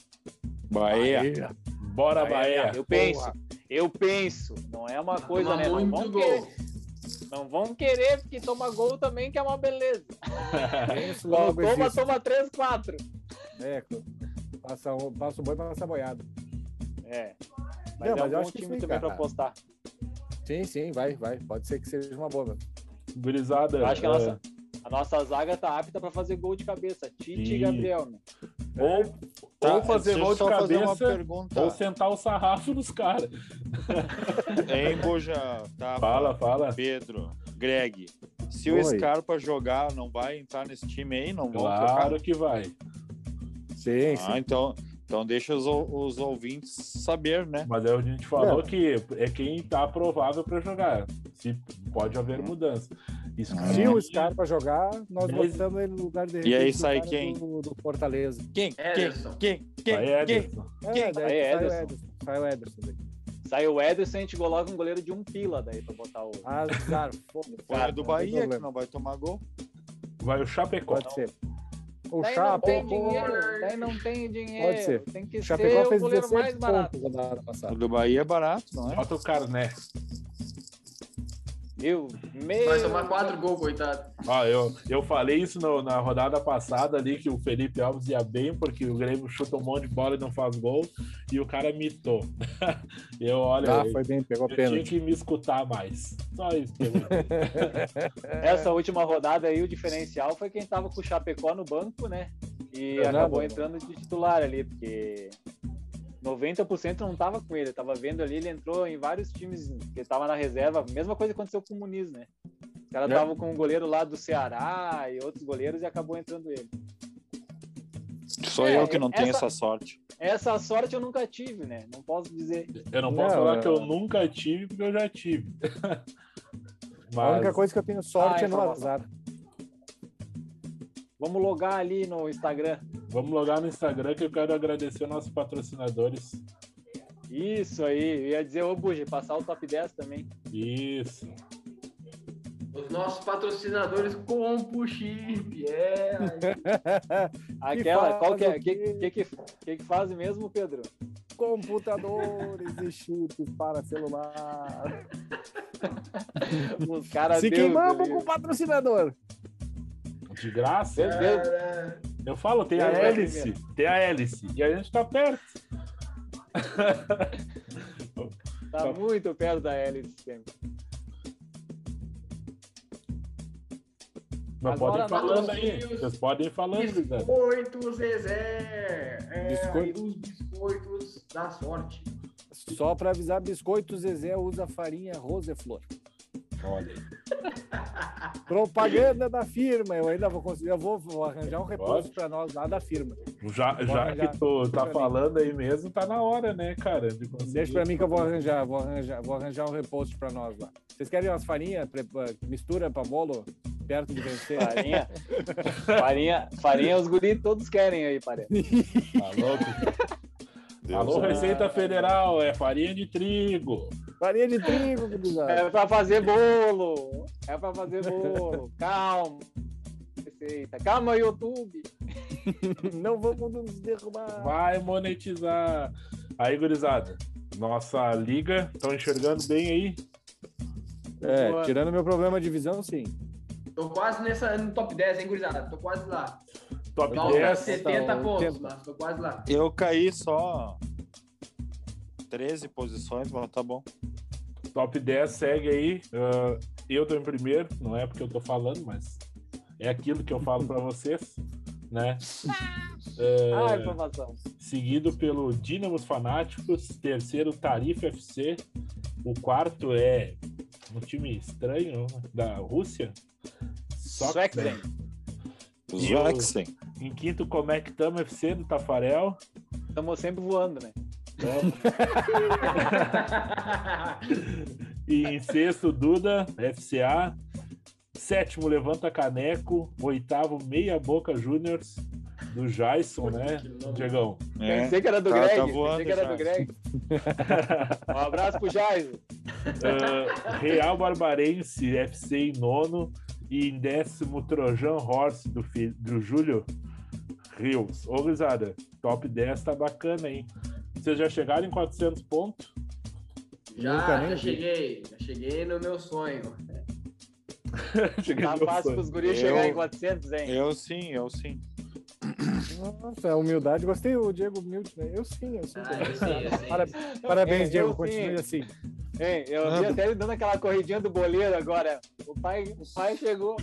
E: Bahia.
D: Bora, Bahia!
F: Eu penso, eu penso. Não é uma coisa,
B: Toma
F: né? Não
B: muito
F: vão,
B: gol.
F: querer, não vão querer, porque toma gol também, que é uma beleza.
C: Penso
F: Ó,
C: logo
F: toma,
C: existe.
F: toma três, quatro.
C: É, passa, o- passa o boi, passa a boiada.
F: É. Mas
C: Não,
F: é
C: mas eu
F: um bom
C: acho que
F: time
C: sim,
F: também
C: cara.
F: pra apostar.
C: Sim, sim, vai, vai. Pode ser que seja uma boa.
D: Gurizada.
F: Eu acho que a
D: eh,
F: nossa, a nossa zaga tá apta pra fazer gol de cabeça. Tite
D: Sim.
F: e Gabriel, né?
D: Ou,
E: Tá,
D: ou fazer
E: deixa eu
D: gol de
E: só fazer uma
D: cabeça,
E: pergunta.
D: ou sentar o sarrafo nos caras.
E: Em Boja, tá?
D: Fala, fala.
E: Pedro, Greg. Se o
C: Oi.
E: Scarpa jogar, não vai entrar nesse time aí? Não vão
D: Claro
E: trocar?
D: que vai.
C: Sim,
E: Ah,
C: sim.
E: então, então deixa os, os ouvintes saber, né?
D: Mas aí a gente falou
C: Não.
D: que é quem tá provável para jogar. Se pode haver mudança. Isso
E: Ah.
C: Se o Scarpa jogar, nós
D: Mas-
C: botamos ele no lugar de
E: E aí
C: repente, do
E: sai
C: cara
E: quem?
C: Do, do Fortaleza.
E: Quem?
B: Ederson.
E: Quem? Quem?
D: Vai,
E: Quem?
D: Ederson.
C: É,
E: Quem?
C: daí
F: Aí,
C: sai o
F: Ederson.
C: Ederson. Sai o Ederson. daí.
F: Sai o Ederson e a gente coloca um goleiro de um pila daí pra botar o.
C: Azar, foda-se.
E: Foi a do
C: Não tem
E: Bahia, que
C: problema.
E: não vai tomar gol.
D: Vai o Chapecó.
C: Pode ser. O
F: Daí não
C: Chapo,
F: tem dinheiro, daí não tem dinheiro.
C: Pode ser.
F: Tem que
C: o
F: ser
C: Chapecó
F: o
C: fez
F: goleiro mais
C: dezessete
F: barato.
C: pontos na rodada
E: O
C: passada.
E: do Bahia é barato, não é?
D: Bota o Carné.
F: Meu, meu.
B: Vai tomar quatro gols, coitado.
D: Ó, eu, eu falei isso no- na rodada passada ali, que o Felipe Alves ia bem, porque o Grêmio chuta um monte de bola e não faz gol, e o cara mitou. eu, olha,
C: Ah,
D: eu,
C: foi bem, pegou
D: eu tinha
C: pênalti.
D: que me escutar mais. Só isso que eu vou dizer.
F: Essa última rodada aí, o diferencial foi quem tava com o Chapecó no banco, né? E
C: Fernando.
F: acabou entrando de titular ali, porque noventa por cento não tava com ele. Eu tava vendo ali, ele entrou em vários times que tava na reserva. Mesma coisa aconteceu com o Muniz, né? Os caras
E: É.
F: estavam com um goleiro lá do Ceará e outros goleiros e acabou entrando ele.
E: Sou
F: É,
E: eu que não tenho
F: essa-
E: essa sorte.
F: Essa sorte eu nunca tive, né? Não posso dizer.
D: Eu não posso
C: Não,
D: falar
C: é-
D: que eu nunca tive, porque eu já tive.
C: A única
D: Mas
C: coisa que eu tenho sorte
F: Ah,
C: é no
F: informação.
C: azar.
F: Vamos logar ali no Instagram.
D: vamos logar no Instagram, que eu quero agradecer nossos patrocinadores.
F: Isso aí. Eu ia dizer, ô Bugi, passar o top dez também.
D: Isso.
B: Os nossos patrocinadores Compu Chip, é.
F: Aquela, qual que é?
C: faz
F: O
C: o
F: que,
C: quê?
F: que, que, que que faz mesmo, Pedro?
C: Computadores e chips para celular.
F: Os caras
C: Se
F: Deus
C: queimamos
F: do
C: com o
F: livro.
C: patrocinador.
D: De graça.
F: Meu Deus,
D: Eu falo, tem a
F: Deus vai
D: hélice. Tem a hélice. E a gente tá perto.
F: tá muito perto da hélice sempre.
D: Mas podem
F: Agora,
D: falando
B: nós
D: aí.
B: temos
D: Vocês podem ir falando, Zé.
B: Biscoito Zezé. É,
C: Biscoito.
B: aí os biscoitos da sorte.
C: Só para avisar, Biscoito Zezé usa farinha Roseflor.
D: Olha aí.
C: Propaganda da firma. Eu ainda vou conseguir, eu vou, vou arranjar um reposto
D: Pode.
C: para nós lá da firma.
D: Já,
C: Vou
D: já
C: arranjar.
D: que tu tá
C: Pra mim.
D: falando aí mesmo, tá na hora, né, cara? De conseguir.
C: Deixa para mim que eu vou arranjar, vou arranjar, vou arranjar um reposto para nós lá. Vocês querem umas farinhas, prepa- mistura para bolo perto de vencer?
F: Farinha. Farinha, farinha os guris todos querem aí, parece.
D: Tá louco?
E: Deus
D: Alô,
E: é-
D: Receita Federal, é farinha de trigo.
C: Farinha de trigo, gurizada.
F: É pra fazer bolo. É pra fazer bolo. Calma. Receita. Calma, YouTube.
C: Não vamos nos derrubar.
D: Vai monetizar. Aí, gurizada, nossa liga, estão enxergando bem aí?
C: É, tirando meu problema de visão, sim.
B: Tô quase nessa, no top dez, hein, gurizada? Tô quase lá.
D: Top
B: Falta
D: dez.
B: setenta
C: tá,
B: pontos,
C: oitenta.
B: mas tô quase lá.
E: Eu caí só treze posições, mas tá bom.
D: Top dez segue aí. Ah, eu tô em primeiro, não é porque eu tô falando, mas é aquilo que eu falo pra vocês, né?
F: Ah,
D: Ah,
F: informação.
D: seguido pelo Dínamos Fanáticos, terceiro Tarifa F C, o quarto é um time estranho da Rússia,
F: Swexen.
D: E o-
E: Zoxen.
D: em quinto Comectama F C do Tafarel,
F: Estamos sempre voando, né?
D: e em sexto Duda F C A, sétimo Levanta Caneco, oitavo Meia Boca Juniors do Jason, né, Diegão?
E: É.
F: Pensei que era do
E: Tá-
F: Greg.
E: tá voando
F: Pensei que era
E: já.
F: do Greg. Um abraço pro Jair.
D: Ah, Real Barbarense F C em nono e em décimo Trojan Horse do, fi- do Júlio Rios. Ô, gurizada, top dez tá bacana, hein? Vocês já chegaram em quatrocentos pontos?
B: Já,
C: Nunca nem
B: já
C: vi.
B: cheguei. Já cheguei no meu sonho.
D: Cheguei
F: Tá
D: no
F: fácil
D: sonho.
F: pros guris
E: Eu-
F: chegar em quatrocentos, hein?
E: Eu sim, eu sim.
C: Nossa, a humildade. Gostei o Diego humilde, né? Eu sim, eu sim.
B: Ah, eu sei, eu sei.
C: Para- Parabéns,
F: É,
C: Diego.
F: eu
C: Continue
F: sim.
C: assim.
F: Hein, eu vi até ele dando aquela corridinha do boleiro agora. O pai, o pai chegou.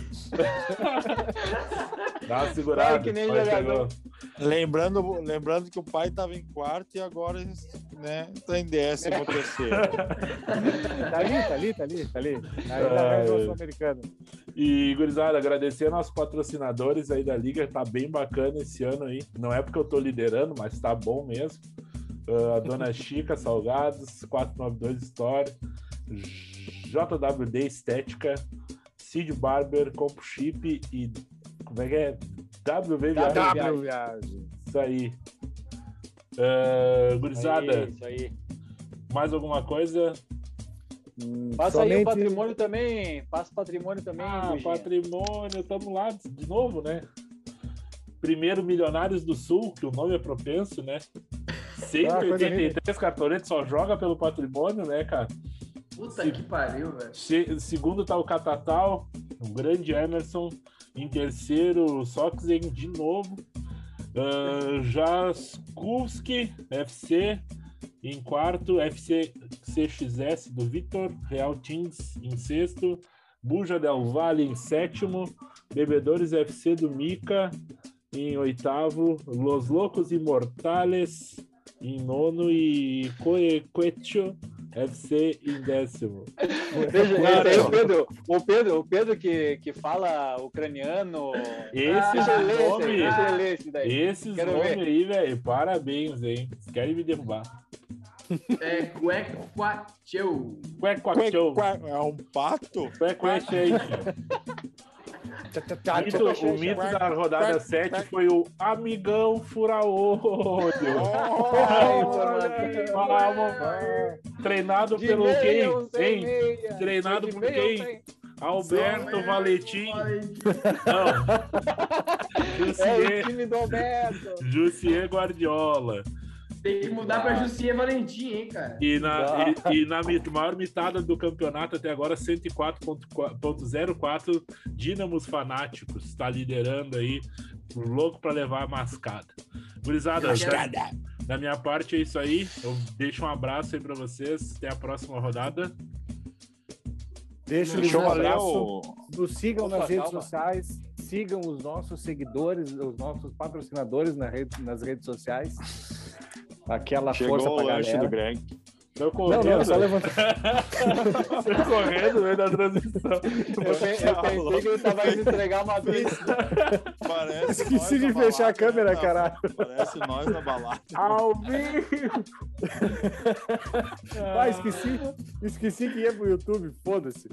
D: Dá uma segurada.
F: Vai que nem
D: pai
F: jogador.
D: chegou.
E: Lembrando, lembrando que o pai estava em quarto e agora né, tá em décimo terceiro.
C: Tá ali, tá ali, tá ali, tá ali. Aí
D: Ah,
C: da
D: é.
C: Sul-Americana.
D: E, gurizada, agradecer aos patrocinadores aí da Liga, tá bem bacana esse ano aí. Não é porque eu tô liderando, mas tá bom mesmo. Ah, a Dona Chica Salgados, quatrocentos e noventa e dois Store, J W D Estética, Cid Barber, Compo Chip e como é que é? W V Viagem.
F: W.
C: W viagem.
D: Isso aí. Ah, gurizada,
F: Isso aí.
D: mais alguma coisa?
C: Hum,
F: Passa aí o
C: somente-
F: patrimônio também. Passa o patrimônio também,
D: Ah,
F: Luigi.
D: patrimônio, estamos lá de novo, né? Primeiro Milionários do Sul, que o nome é propenso, né? cento e oitenta e três cartonetes, só joga pelo patrimônio, né, cara?
B: Puta
D: Se-
B: que pariu, velho.
D: Se- Segundo tá o Catatal, o grande Emerson. Em terceiro, o Soxen de novo. Uh, Jaskulski, F C. Em quarto, F C C X S do Vitor. Real Teams em sexto. Buja Del Valle em sétimo. Bebedores F C do Mica em oitavo. Los Locos Imortales em nono. E Coequetio F C em décimo.
F: Veja, esse aí é o Pedro. O Pedro, o Pedro que, que fala ucraniano.
D: Esses
F: Deixa eu ler esse aí,
D: nomes,
F: deixa eu ler esse daí.
D: esses
F: Quero
D: nomes
F: ver.
D: aí, velho, parabéns, hein? Vocês querem me derrubar.
B: É Cuequatcheu.
D: Cuequachou.
E: É um pato?
D: Cuequachation.
C: Tá,
D: Mito- O mito da rodada sete foi o Amigão Fura-Olho.
F: Ai, informação.
D: Palma. Treinado
F: De
D: pelo
F: meia,
D: quem?
F: um sem
D: Hein?
F: meia.
D: Treinado
F: De
D: por
F: meia,
D: quem?
F: um sem-
D: Alberto Valentim. Não.
F: É o
D: Jussier,
F: time do Alberto.
D: Jussier Guardiola.
B: Tem que mudar pra Jussier Valentim, hein, cara.
D: E na, e, e na mit- maior mitada do campeonato até agora, cento e quatro ponto zero quatro, Dínamos Fanáticos está liderando aí, louco para levar a mascada. Gurizada, da, da minha parte é isso aí. Eu deixo um abraço aí para vocês. Até a próxima rodada.
C: Deixa
E: Deixa eu
C: um
E: ler
C: abraço.
E: o.
C: Nos sigam
F: Opa,
C: nas redes
F: calma.
C: sociais. sigam os nossos seguidores, os nossos patrocinadores na rede, nas redes sociais. Aquela
E: Chegou
C: força
E: o
C: pra
E: lanche
C: galera.
E: do Greg.
D: Tô
C: Não,
D: correndo.
C: não, só levantar.
D: Tô correndo no meio da transição.
F: Eu, pe- eu pensei que ele tava indo entregar uma pizza.
E: Parece
C: Esqueci
E: nós
C: de
E: na
C: fechar a
E: balada,
C: câmera,
E: né?
C: caralho.
E: Parece nós na balada.
D: Ao vivo!
C: Ah, esqueci, esqueci que ia pro YouTube, foda-se.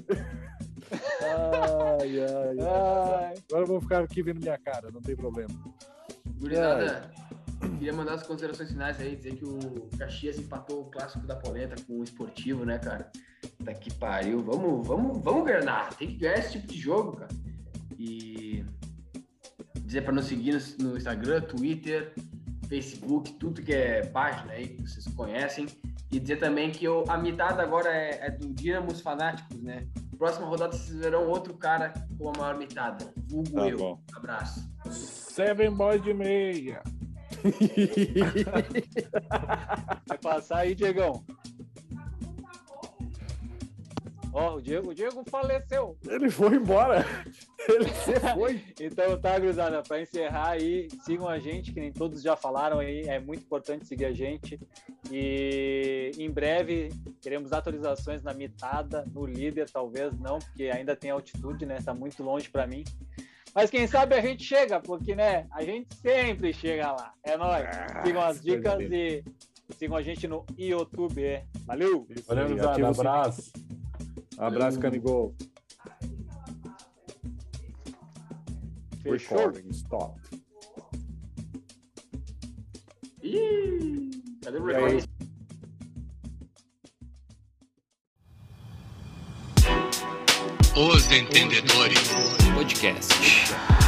C: Ai, ai, ai.
F: Ai,
C: Agora eu vou ficar aqui vendo minha cara, não tem problema.
B: Gurizada, queria mandar as considerações finais aí, dizer que o Caxias empatou o clássico da Polenta com o Esportivo, né, cara? Tá que pariu. Vamos, vamos, vamos ganhar. Tem que ganhar esse tipo de jogo, cara. E dizer para nos seguir no, no Instagram, Twitter, Facebook, tudo que é página aí que vocês conhecem. E dizer também que eu, a mitada agora é, é do Dinamos Fanáticos, né? Próxima rodada vocês verão outro cara com a maior mitada. Vulgo
E: Tá
B: eu.
E: bom.
B: Abraço.
D: Seven Boys de meia.
F: vai passar aí, Diegão. Ó, o Diego, o Diego faleceu.
C: Ele foi embora. Ele se foi.
F: Então tá, gurizada, para encerrar aí, sigam a gente, que nem todos já falaram aí, é muito importante seguir a gente. E em breve teremos atualizações na mitada, no líder, talvez não, porque ainda tem altitude, né? Tá muito longe para mim. Mas quem sabe a gente chega, porque, né, a gente sempre chega lá. É nóis. Sigam as dicas e sigam a gente no YouTube. É. Valeu!
D: Valeu, gurizada. Abraço.
C: Abraço, Canigol.
F: Fechou?
C: Recording, stop.
B: Ih, cadê o
C: E aí?
B: recorde?
A: Os Entendedores Podcast.